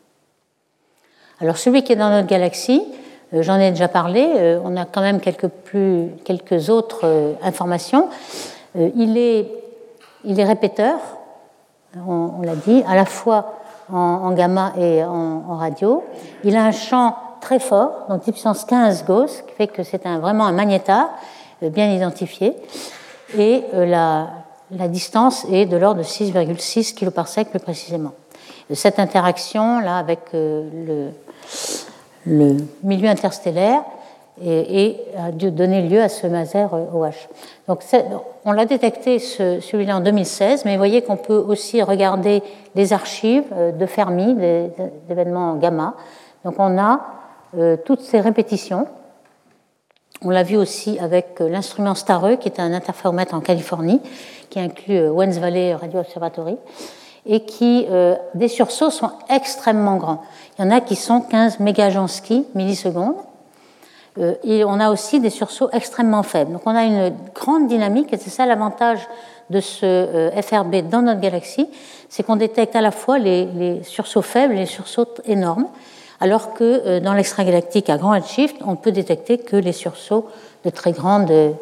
Alors celui qui est dans notre galaxie, euh, j'en ai déjà parlé, euh, on a quand même quelques, plus, quelques autres euh, informations. Euh, il, est, il est répéteur, on, on l'a dit, à la fois en, en gamma et en, en radio. Il a un champ très fort, donc dix puissance quinze Gauss, qui fait que c'est un, vraiment un magnétar euh, bien identifié. Et euh, la, la distance est de l'ordre de six virgule six kiloparsecs plus précisément. Et cette interaction-là avec euh, le, le milieu interstellaire et, et a dû donner lieu à ce maser O H. Donc, on l'a détecté ce, celui-là en deux mille seize, mais vous voyez qu'on peut aussi regarder les archives de Fermi, des, des événements gamma. Donc on a euh, toutes ces répétitions. On l'a vu aussi avec l'instrument STARRE, qui est un interféromètre en Californie, qui inclut Wenz Valley Radio Observatory, et qui, euh, des sursauts sont extrêmement grands. Il y en a qui sont quinze mégajansky millisecondes. Euh, et on a aussi des sursauts extrêmement faibles. Donc on a une grande dynamique, et c'est ça l'avantage de ce euh, F R B dans notre galaxie, c'est qu'on détecte à la fois les, les sursauts faibles et les sursauts énormes, alors que euh, dans l'extragalactique à grand redshift, on peut détecter que les sursauts de très grande, de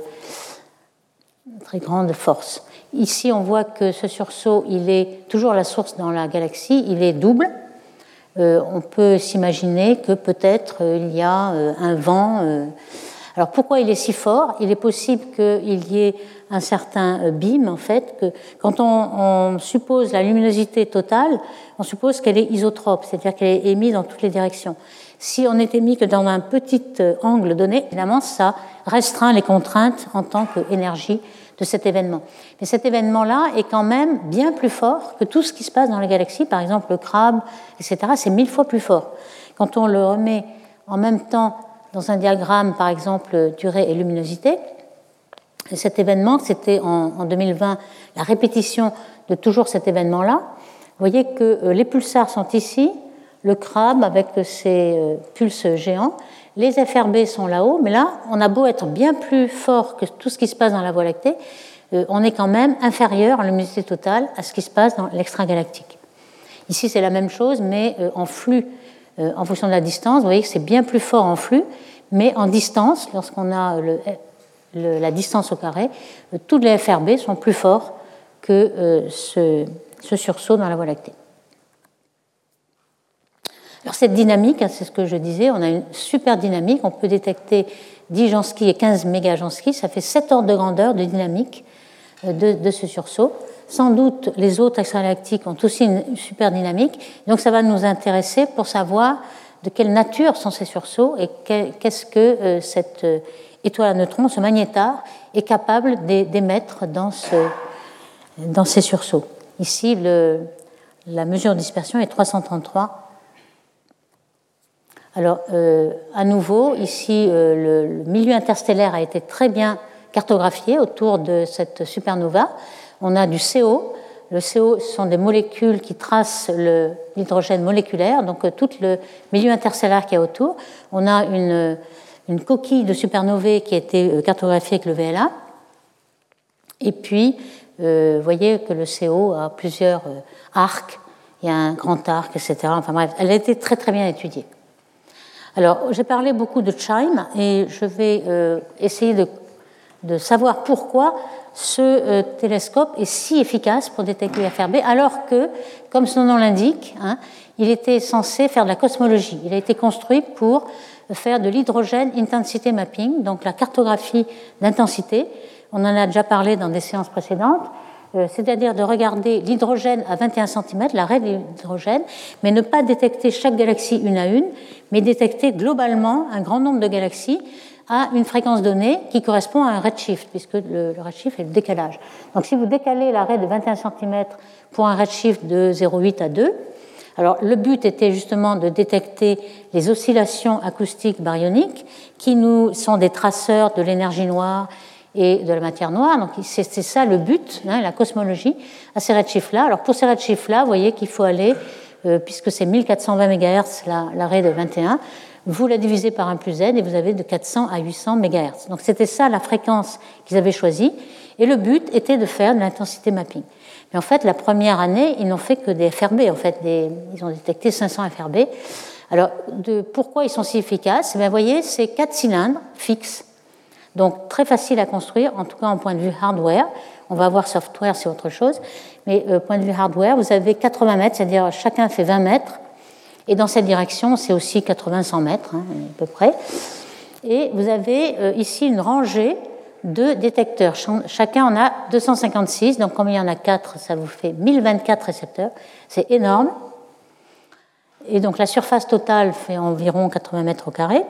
très grande force. Ici, on voit que ce sursaut, il est toujours la source dans la galaxie, il est double. Euh, on peut s'imaginer que peut-être euh, il y a euh, un vent. Euh... Alors pourquoi il est si fort? Il est possible qu'il y ait un certain euh, beam, en fait, que quand on, on suppose la luminosité totale, on suppose qu'elle est isotrope, c'est-à-dire qu'elle est émise dans toutes les directions. Si on est émis que dans un petit euh, angle donné, évidemment, ça restreint les contraintes en tant qu'énergie de cet événement. Mais cet événement-là est quand même bien plus fort que tout ce qui se passe dans la galaxie, par exemple le crabe, et cetera. C'est mille fois plus fort. Quand on le remet en même temps dans un diagramme, par exemple, durée et luminosité, cet événement, c'était en, en deux mille vingt, la répétition de toujours cet événement-là. Vous voyez que euh, les pulsars sont ici, le crabe avec ses euh, pulses géants, les F R B sont là-haut, mais là, on a beau être bien plus fort que tout ce qui se passe dans la Voie lactée, euh, on est quand même inférieur en luminosité totale à ce qui se passe dans l'extragalactique. Ici, c'est la même chose, mais euh, en flux, euh, en fonction de la distance. Vous voyez que c'est bien plus fort en flux, mais en distance, lorsqu'on a le, le, la distance au carré, euh, tous les F R B sont plus forts que euh, ce, ce sursaut dans la Voie lactée. Alors cette dynamique, c'est ce que je disais, on a une super dynamique, on peut détecter dix Jansky et quinze mégajansky, ça fait sept ordres de grandeur de dynamique de, de ce sursaut. Sans doute, les autres extragalactiques ont aussi une super dynamique, donc ça va nous intéresser pour savoir de quelle nature sont ces sursauts et qu'est-ce que euh, cette euh, étoile à neutrons, ce magnétar, est capable d'émettre dans, ce, dans ces sursauts. Ici, le, la mesure de dispersion est trois cent trente-trois. Alors, euh, à nouveau, ici, euh, le, le milieu interstellaire a été très bien cartographié autour de cette supernova. On a du C O. Le C O, ce sont des molécules qui tracent l'hydrogène moléculaire, donc euh, tout le milieu interstellaire qui est autour. On a une, une coquille de supernovae qui a été cartographiée avec le V L A. Et puis, euh, vous voyez que le C O a plusieurs euh, arcs. Il y a un grand arc, et cetera. Enfin bref, elle a été très très bien étudiée. Alors, j'ai parlé beaucoup de CHIME et je vais euh, essayer de, de savoir pourquoi ce euh, télescope est si efficace pour détecter les F R B, alors que, comme son nom l'indique, hein, il était censé faire de la cosmologie. Il a été construit pour faire de l'hydrogène intensity mapping, donc la cartographie d'intensité. on en a déjà parlé dans des séances précédentes, euh, c'est-à-dire de regarder l'hydrogène à vingt et un centimètres, l'arrêt de l'hydrogène, mais ne pas détecter chaque galaxie une à une, mais détecter globalement un grand nombre de galaxies à une fréquence donnée qui correspond à un redshift, puisque le, le redshift est le décalage. Donc si vous décalez l'arrêt de vingt et un centimètres pour un redshift de zéro virgule huit à deux, alors le but était justement de détecter les oscillations acoustiques baryoniques qui nous sont des traceurs de l'énergie noire et de la matière noire. Donc c'est, c'est ça le but, hein, la cosmologie, à ces redshifts-là. Alors pour ces redshifts-là, vous voyez qu'il faut aller, euh, puisque c'est mille quatre cent vingt mégahertz l'arrêt de vingt et un, vous la divisez par un plus z et vous avez de quatre cents à huit cents mégahertz. Donc c'était ça la fréquence qu'ils avaient choisie. Et le but était de faire de l'intensité mapping. Mais en fait, la première année, ils n'ont fait que des F R B. En fait, des, ils ont détecté cinq cents F R B. Alors, de, pourquoi ils sont si efficaces? Vous voyez, c'est quatre cylindres fixes. Donc, très facile à construire, en tout cas en point de vue hardware. On va voir software, c'est autre chose. Mais euh, point de vue hardware, vous avez quatre-vingts mètres, c'est-à-dire chacun fait vingt mètres. Et dans cette direction, c'est aussi quatre-vingts à cent mètres, hein, à peu près. Et vous avez euh, ici une rangée de détecteurs. Chacun en a deux cent cinquante-six, donc comme il y en a quatre, ça vous fait mille vingt-quatre récepteurs. C'est énorme. Et donc la surface totale fait environ quatre-vingts mètres au carré.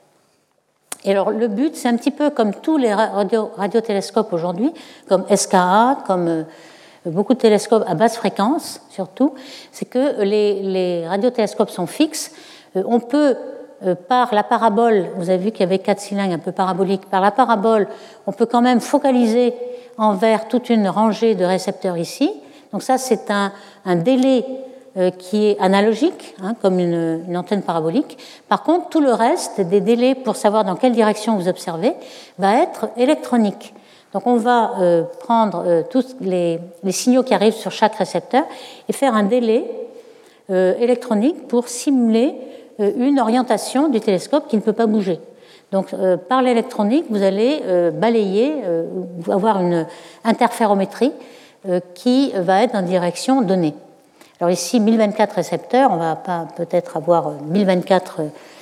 Et alors le but, c'est un petit peu comme tous les radio, radiotélescopes aujourd'hui, comme S K A, comme euh, beaucoup de télescopes à basse fréquence surtout, c'est que les, les radiotélescopes sont fixes. Euh, on peut Euh, par la parabole, vous avez vu qu'il y avait quatre cylindres un peu paraboliques, par la parabole, on peut quand même focaliser envers toute une rangée de récepteurs ici. Donc ça, c'est un, un délai euh, qui est analogique, hein, comme une, une antenne parabolique. Par contre, tout le reste des délais pour savoir dans quelle direction vous observez va être électronique. Donc on va euh, prendre euh, tous les, les signaux qui arrivent sur chaque récepteur et faire un délai euh, électronique pour simuler une orientation du télescope qui ne peut pas bouger. Donc, euh, par l'électronique, vous allez euh, balayer, euh, avoir une interférométrie euh, qui va être en direction donnée. Alors ici, mille vingt-quatre récepteurs, on ne va pas peut-être avoir mille vingt-quatre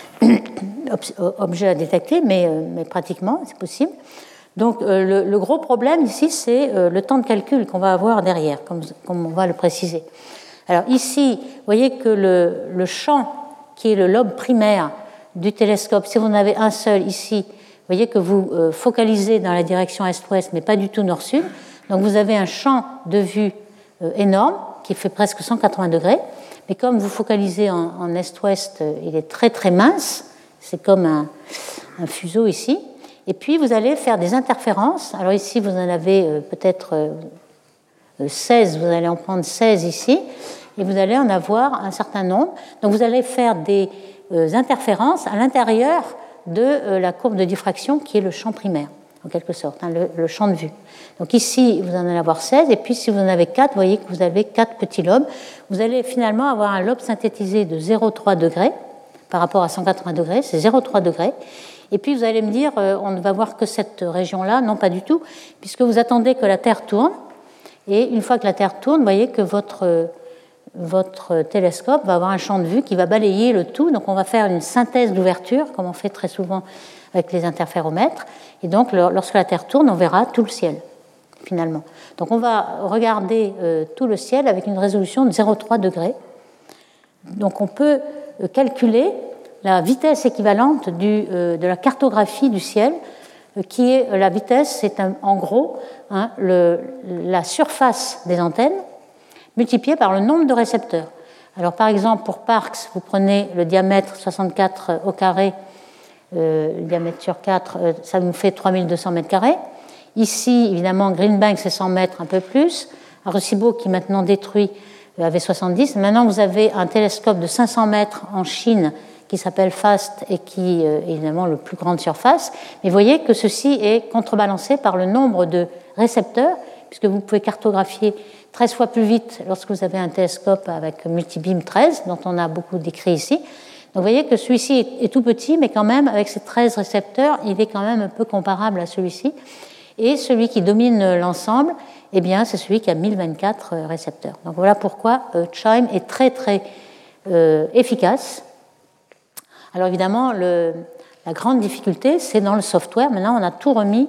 euh, objets à détecter, mais, euh, mais pratiquement, c'est possible. Donc, euh, le, le gros problème ici, c'est euh, le temps de calcul qu'on va avoir derrière, comme, comme on va le préciser. Alors ici, vous voyez que le, le champ qui est le lobe primaire du télescope, si vous en avez un seul ici, vous voyez que vous euh, focalisez dans la direction est-ouest, mais pas du tout nord-sud. Donc vous avez un champ de vue euh, énorme, qui fait presque cent quatre-vingts degrés. Mais comme vous focalisez en, en est-ouest, euh, il est très très mince. C'est comme un, un fuseau ici. Et puis vous allez faire des interférences. Alors ici, vous en avez euh, peut-être euh, seize, vous allez en prendre seize ici. Et vous allez en avoir un certain nombre. Donc vous allez faire des euh, interférences à l'intérieur de euh, la courbe de diffraction qui est le champ primaire, en quelque sorte, hein, le, le champ de vue. Donc ici, vous en allez avoir seize, et puis si vous en avez quatre, vous voyez que vous avez quatre petits lobes. Vous allez finalement avoir un lobe synthétisé de zéro virgule trois degrés par rapport à cent quatre-vingts degrés, c'est zéro virgule trois degrés. Et puis vous allez me dire, euh, on ne va voir que cette région-là. Non, pas du tout, puisque vous attendez que la Terre tourne, et une fois que la Terre tourne, vous voyez que votre... Euh, votre télescope va avoir un champ de vue qui va balayer le tout. Donc on va faire une synthèse d'ouverture, comme on fait très souvent avec les interféromètres. Et donc lorsque la Terre tourne, on verra tout le ciel, finalement. Donc on va regarder euh, tout le ciel avec une résolution de zéro virgule trois degrés. Donc on peut euh, calculer la vitesse équivalente du, euh, de la cartographie du ciel, euh, qui est la vitesse, c'est un, en gros hein, le, la surface des antennes multiplié par le nombre de récepteurs. Alors, par exemple, pour Parkes, vous prenez le diamètre soixante-quatre au carré, euh, le diamètre sur quatre, euh, ça nous fait trois mille deux cents mètres carrés. Ici, évidemment, Green Bank, c'est cent mètres, un peu plus. Arecibo, qui maintenant détruit, euh, avait soixante-dix. Maintenant, vous avez un télescope de cinq cents mètres en Chine qui s'appelle FAST et qui euh, est évidemment le plus grande surface. Mais vous voyez que ceci est contrebalancé par le nombre de récepteurs, puisque vous pouvez cartographier treize fois plus vite lorsque vous avez un télescope avec multibeam treize, dont on a beaucoup décrit ici. Donc vous voyez que celui-ci est, est tout petit, mais quand même, avec ces treize récepteurs, il est quand même un peu comparable à celui-ci. Et celui qui domine l'ensemble, eh bien, c'est celui qui a mille vingt-quatre récepteurs. Donc voilà pourquoi euh, CHIME est très, très euh, efficace. Alors évidemment, le, la grande difficulté, c'est dans le software. Maintenant, on a tout remis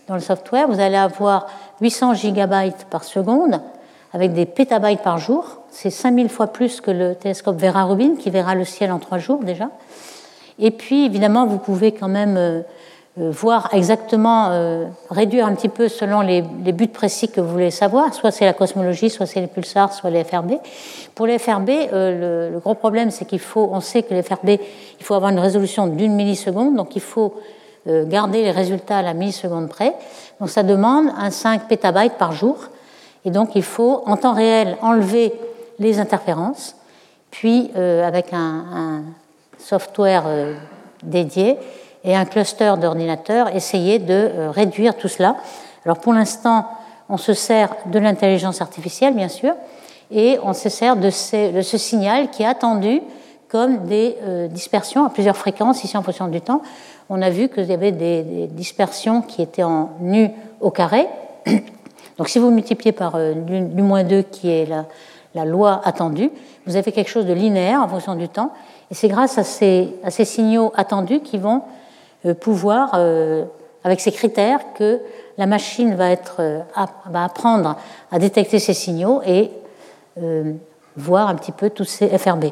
dans le software, vous allez avoir huit cents gigabytes par seconde avec des pétabytes par jour. C'est cinq mille fois plus que le télescope Vera-Rubin qui verra le ciel en trois jours déjà. Et puis, évidemment, vous pouvez quand même euh, euh, voir exactement, euh, réduire un petit peu selon les, les buts précis que vous voulez savoir. Soit c'est la cosmologie, soit c'est les pulsars, soit les F R B. Pour les F R B, euh, le, le gros problème, c'est qu'il faut, on sait que les F R B, il faut avoir une résolution d'une milliseconde, donc il faut euh, garder les résultats à la milliseconde près. Donc ça demande un cinq pétabytes par jour. Et donc il faut, en temps réel, enlever les interférences, puis euh, avec un, un software euh, dédié et un cluster d'ordinateurs, essayer de euh, réduire tout cela. Alors pour l'instant, on se sert de l'intelligence artificielle, bien sûr, et on se sert de, ces, de ce signal qui est attendu comme des euh, dispersions à plusieurs fréquences, ici en fonction du temps. On a vu qu'il y avait des, des dispersions qui étaient en nu au carré. Donc si vous multipliez par euh, du moins deux, qui est la, la loi attendue, vous avez quelque chose de linéaire en fonction du temps. Et c'est grâce à ces, à ces signaux attendus qui vont euh, pouvoir, euh, avec ces critères, que la machine va, être, euh, va apprendre à détecter ces signaux et euh, voir un petit peu tous ces F R B.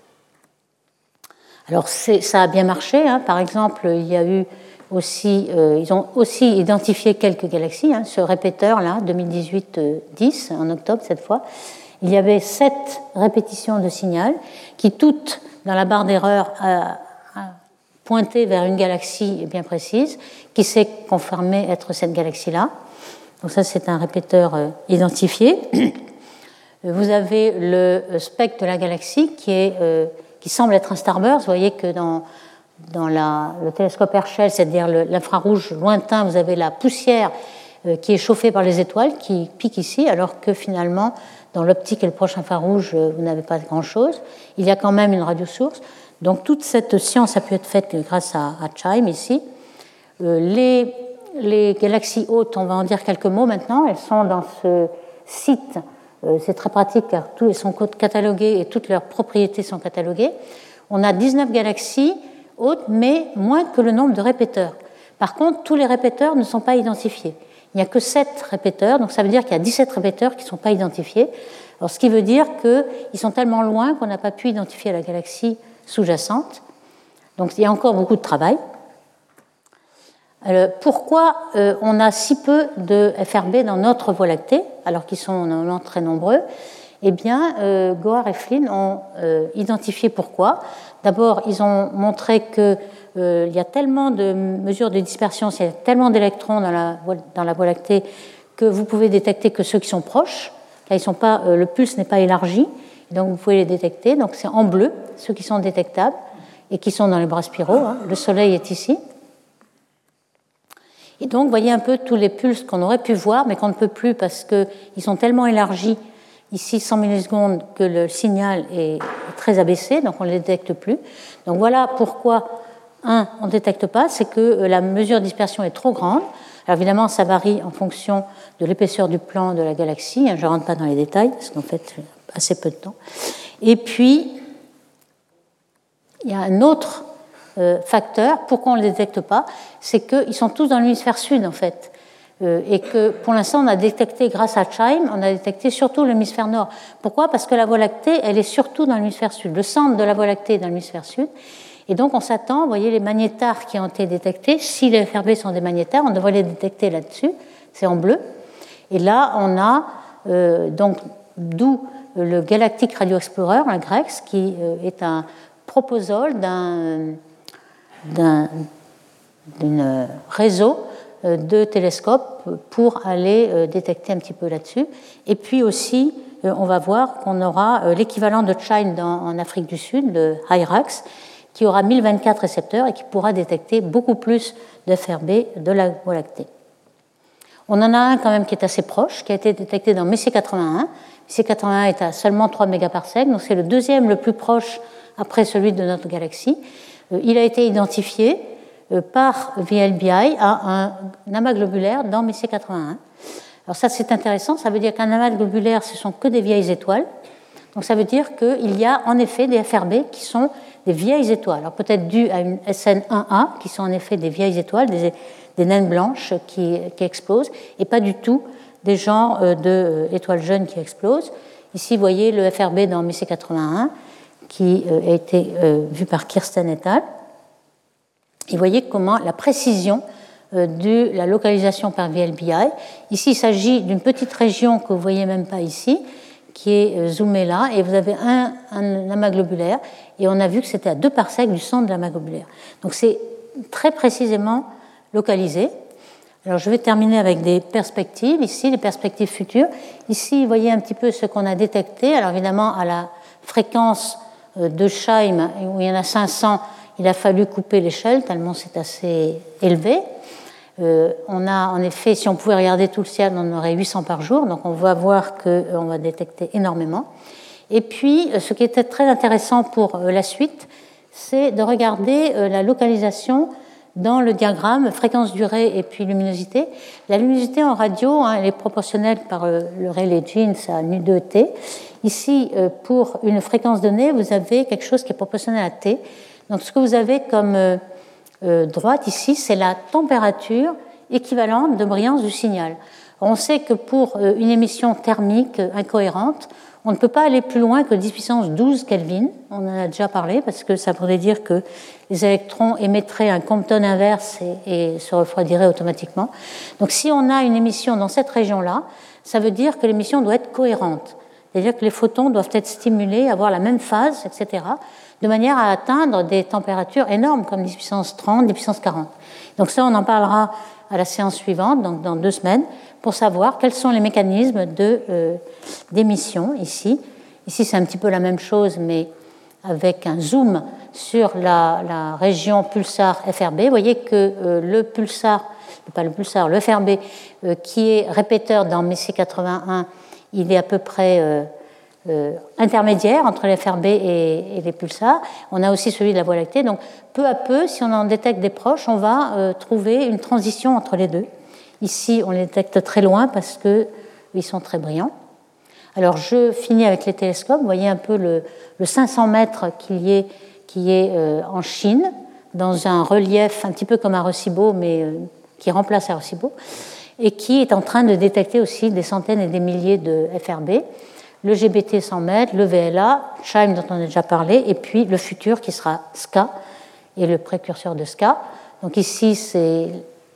Alors ça a bien marché, hein. Par exemple, il y a eu aussi, euh, ils ont aussi identifié quelques galaxies, hein. Ce répéteur-là, deux mille dix-huit dix, en octobre cette fois, il y avait sept répétitions de signal qui toutes, dans la barre d'erreur, a, a pointé vers une galaxie bien précise, qui s'est confirmée être cette galaxie-là. Donc ça, c'est un répéteur euh, identifié. Vous avez le spectre de la galaxie qui, est, euh, qui semble être un starburst. Vous voyez que dans, dans la, le télescope Herschel, c'est-à-dire l'infrarouge lointain, vous avez la poussière euh, qui est chauffée par les étoiles qui pique ici, alors que finalement, dans l'optique et le proche infrarouge, euh, vous n'avez pas grand-chose. Il y a quand même une radiosource. Donc toute cette science a pu être faite grâce à, à CHIME ici. Euh, les, les galaxies hautes, on va en dire quelques mots maintenant. Elles sont dans ce site. C'est très pratique car tous sont catalogués et toutes leurs propriétés sont cataloguées. On a dix-neuf galaxies hautes, mais moins que le nombre de répéteurs. Par contre, tous les répéteurs ne sont pas identifiés. Il n'y a que sept répéteurs, donc ça veut dire qu'il y a dix-sept répéteurs qui ne sont pas identifiés. Alors, ce qui veut dire qu'ils sont tellement loin qu'on n'a pas pu identifier la galaxie sous-jacente. Donc il y a encore beaucoup de travail. Alors, pourquoi euh, on a si peu de F R B dans notre Voie lactée, alors qu'ils sont normalement très nombreux? Eh bien, euh, Gohar et Flynn ont euh, identifié pourquoi. D'abord, ils ont montré qu'il euh, y a tellement de mesures de dispersion, il y a tellement d'électrons dans la, dans la Voie lactée que vous pouvez détecter que ceux qui sont proches. Là, ils sont pas, euh, le pulse n'est pas élargi, donc vous pouvez les détecter. Donc c'est en bleu, ceux qui sont détectables et qui sont dans les bras spiraux. Hein. Le Soleil est ici. Et donc, vous voyez un peu tous les pulses qu'on aurait pu voir, mais qu'on ne peut plus parce qu'ils sont tellement élargis, ici cent millisecondes, que le signal est très abaissé, donc on ne les détecte plus. Donc voilà pourquoi, un, on ne détecte pas, c'est que la mesure de dispersion est trop grande. Alors évidemment, ça varie en fonction de l'épaisseur du plan de la galaxie. Je ne rentre pas dans les détails, parce qu'en fait, j'ai assez peu de temps. Et puis, il y a un autre Euh, facteur, pourquoi on ne les détecte pas, c'est qu'ils sont tous dans l'hémisphère sud en fait, euh, et que pour l'instant on a détecté grâce à CHIME, on a détecté surtout l'hémisphère nord. Pourquoi? Parce que la Voie lactée, elle est surtout dans l'hémisphère sud, le centre de la Voie lactée est dans l'hémisphère sud, et donc on s'attend, vous voyez les magnétars qui ont été détectés, si les F R B sont des magnétars, on devrait les détecter là-dessus, c'est en bleu, et là on a euh, donc d'où le Galactic Radio Explorer, un GREX, qui euh, est un proposal d'un d'un réseau de télescopes pour aller détecter un petit peu là-dessus. Et puis aussi, on va voir qu'on aura l'équivalent de CHIME en Afrique du Sud, le HIRAX, qui aura mille vingt-quatre récepteurs et qui pourra détecter beaucoup plus de F R B de la Voie lactée. On en a un quand même qui est assez proche, qui a été détecté dans Messier quatre-vingt-un. Messier quatre-vingt-un est à seulement trois mégaparsecs, donc c'est le deuxième le plus proche après celui de notre galaxie. Il a été identifié par V L B I à un amas globulaire dans Messier quatre-vingt-un. Alors ça, c'est intéressant. Ça veut dire qu'un amas globulaire, ce ne sont que des vieilles étoiles. Donc ça veut dire qu'il y a en effet des F R B qui sont des vieilles étoiles. Alors peut-être dû à une S N un A, qui sont en effet des vieilles étoiles, des, des naines blanches qui, qui explosent, et pas du tout des genres d'étoiles jeunes qui explosent. Ici, vous voyez le F R B dans Messier quatre-vingt-un, qui a été vu par Kirsten et al. Et vous voyez comment la précision de la localisation par V L B I. Ici, il s'agit d'une petite région que vous ne voyez même pas ici, qui est zoomée là, et vous avez un, un amas globulaire, et on a vu que c'était à deux parsecs du centre de l'amas globulaire. Donc c'est très précisément localisé. Alors je vais terminer avec des perspectives, ici, les perspectives futures. Ici, vous voyez un petit peu ce qu'on a détecté. Alors évidemment, à la fréquence de Scheim, où il y en a cinq cents, il a fallu couper l'échelle, tellement c'est assez élevé. Euh, on a en effet, si on pouvait regarder tout le ciel, on en aurait huit cents par jour, donc on va voir qu'on euh, va détecter énormément. Et puis, ce qui était très intéressant pour euh, la suite, c'est de regarder euh, la localisation dans le diagramme fréquence-durée et puis luminosité. La luminosité en radio, hein, elle est proportionnelle par euh, le Rayleigh Jeans à nu deux T. Ici, euh, pour une fréquence donnée, vous avez quelque chose qui est proportionnel à T. Donc, ce que vous avez comme euh, Euh, droite ici, c'est la température équivalente de brillance du signal. On sait que pour euh, une émission thermique euh, incohérente, on ne peut pas aller plus loin que dix puissance douze Kelvin. On en a déjà parlé parce que ça voudrait dire que les électrons émettraient un Compton inverse et, et se refroidiraient automatiquement. Donc si on a une émission dans cette région-là, ça veut dire que l'émission doit être cohérente. C'est-à-dire que les photons doivent être stimulés, avoir la même phase, et cetera, de manière à atteindre des températures énormes comme dix puissance trente, dix puissance quarante. Donc ça, on en parlera à la séance suivante, donc dans deux semaines, pour savoir quels sont les mécanismes de, euh, d'émission ici. Ici, c'est un petit peu la même chose, mais avec un zoom sur la, la région pulsar F R B. Vous voyez que euh, le pulsar, pas le pulsar, le F R B, euh, qui est répéteur dans Messier quatre-vingt-un, il est à peu près euh, euh, intermédiaire entre les F R B et, et les pulsars. On a aussi celui de la Voie lactée. Donc, peu à peu, si on en détecte des proches, on va euh, trouver une transition entre les deux. Ici, on les détecte très loin parce qu'ils sont très brillants. Alors, je finis avec les télescopes. Vous voyez un peu le, le cinq cents mètres qui est, qui est euh, en Chine, dans un relief un petit peu comme Arecibo, mais euh, qui remplace Arecibo, et qui est en train de détecter aussi des centaines et des milliers de F R B, le G B T cent mètres, le V L A, Scheim dont on a déjà parlé, et puis le futur qui sera S K A et le précurseur de S K A. Donc ici, c'est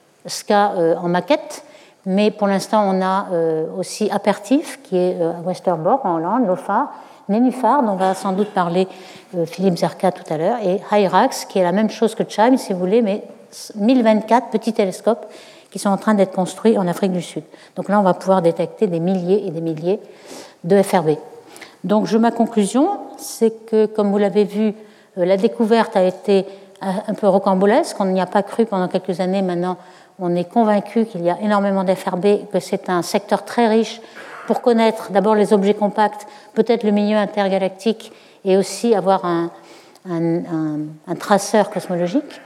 S K A euh, en maquette, mais pour l'instant, on a euh, aussi Apertif, qui est euh, à Westerbork, en Hollande, LOFAR, Nénuphar, dont va sans doute parler euh, Philippe Zerka tout à l'heure, et Hyrax, qui est la même chose que Scheim, si vous voulez, mais mille vingt-quatre petits télescopes qui sont en train d'être construits en Afrique du Sud. Donc là, on va pouvoir détecter des milliers et des milliers de F R B. Donc, je, ma conclusion, c'est que, comme vous l'avez vu, la découverte a été un peu rocambolesque. On n'y a pas cru pendant quelques années. Maintenant, on est convaincu qu'il y a énormément de F R B, que c'est un secteur très riche pour connaître d'abord les objets compacts, peut-être le milieu intergalactique, et aussi avoir un, un, un, un traceur cosmologique.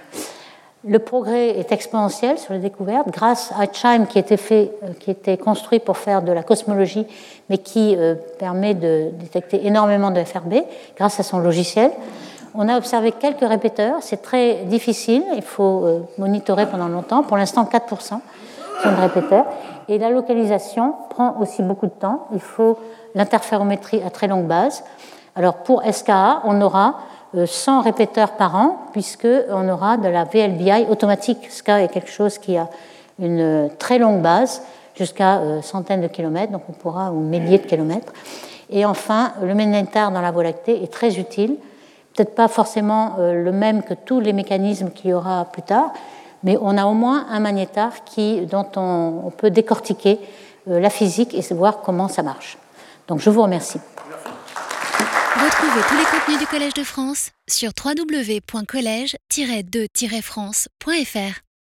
Le progrès est exponentiel sur les découvertes grâce à Scheim qui était, fait, qui était construit pour faire de la cosmologie, mais qui euh, permet de détecter énormément de F R B grâce à son logiciel. On a observé quelques répéteurs, c'est très difficile, il faut euh, monitorer pendant longtemps. Pour l'instant, quatre pour cent sont de répéteurs. Et la localisation prend aussi beaucoup de temps. Il faut l'interférométrie à très longue base. Alors pour S K A, on aura cent répéteurs par an, puisqu'on aura de la V L B I automatique. S K A est quelque chose qui a une très longue base, jusqu'à centaines de kilomètres, donc on pourra, ou milliers de kilomètres. Et enfin, le magnétar dans la Voie lactée est très utile, peut-être pas forcément le même que tous les mécanismes qu'il y aura plus tard, mais on a au moins un magnétar qui, dont on, on peut décortiquer la physique et voir comment ça marche. Donc je vous remercie. Retrouvez tous les contenus du Collège de France sur w w w point collège tiret de tiret france point f r.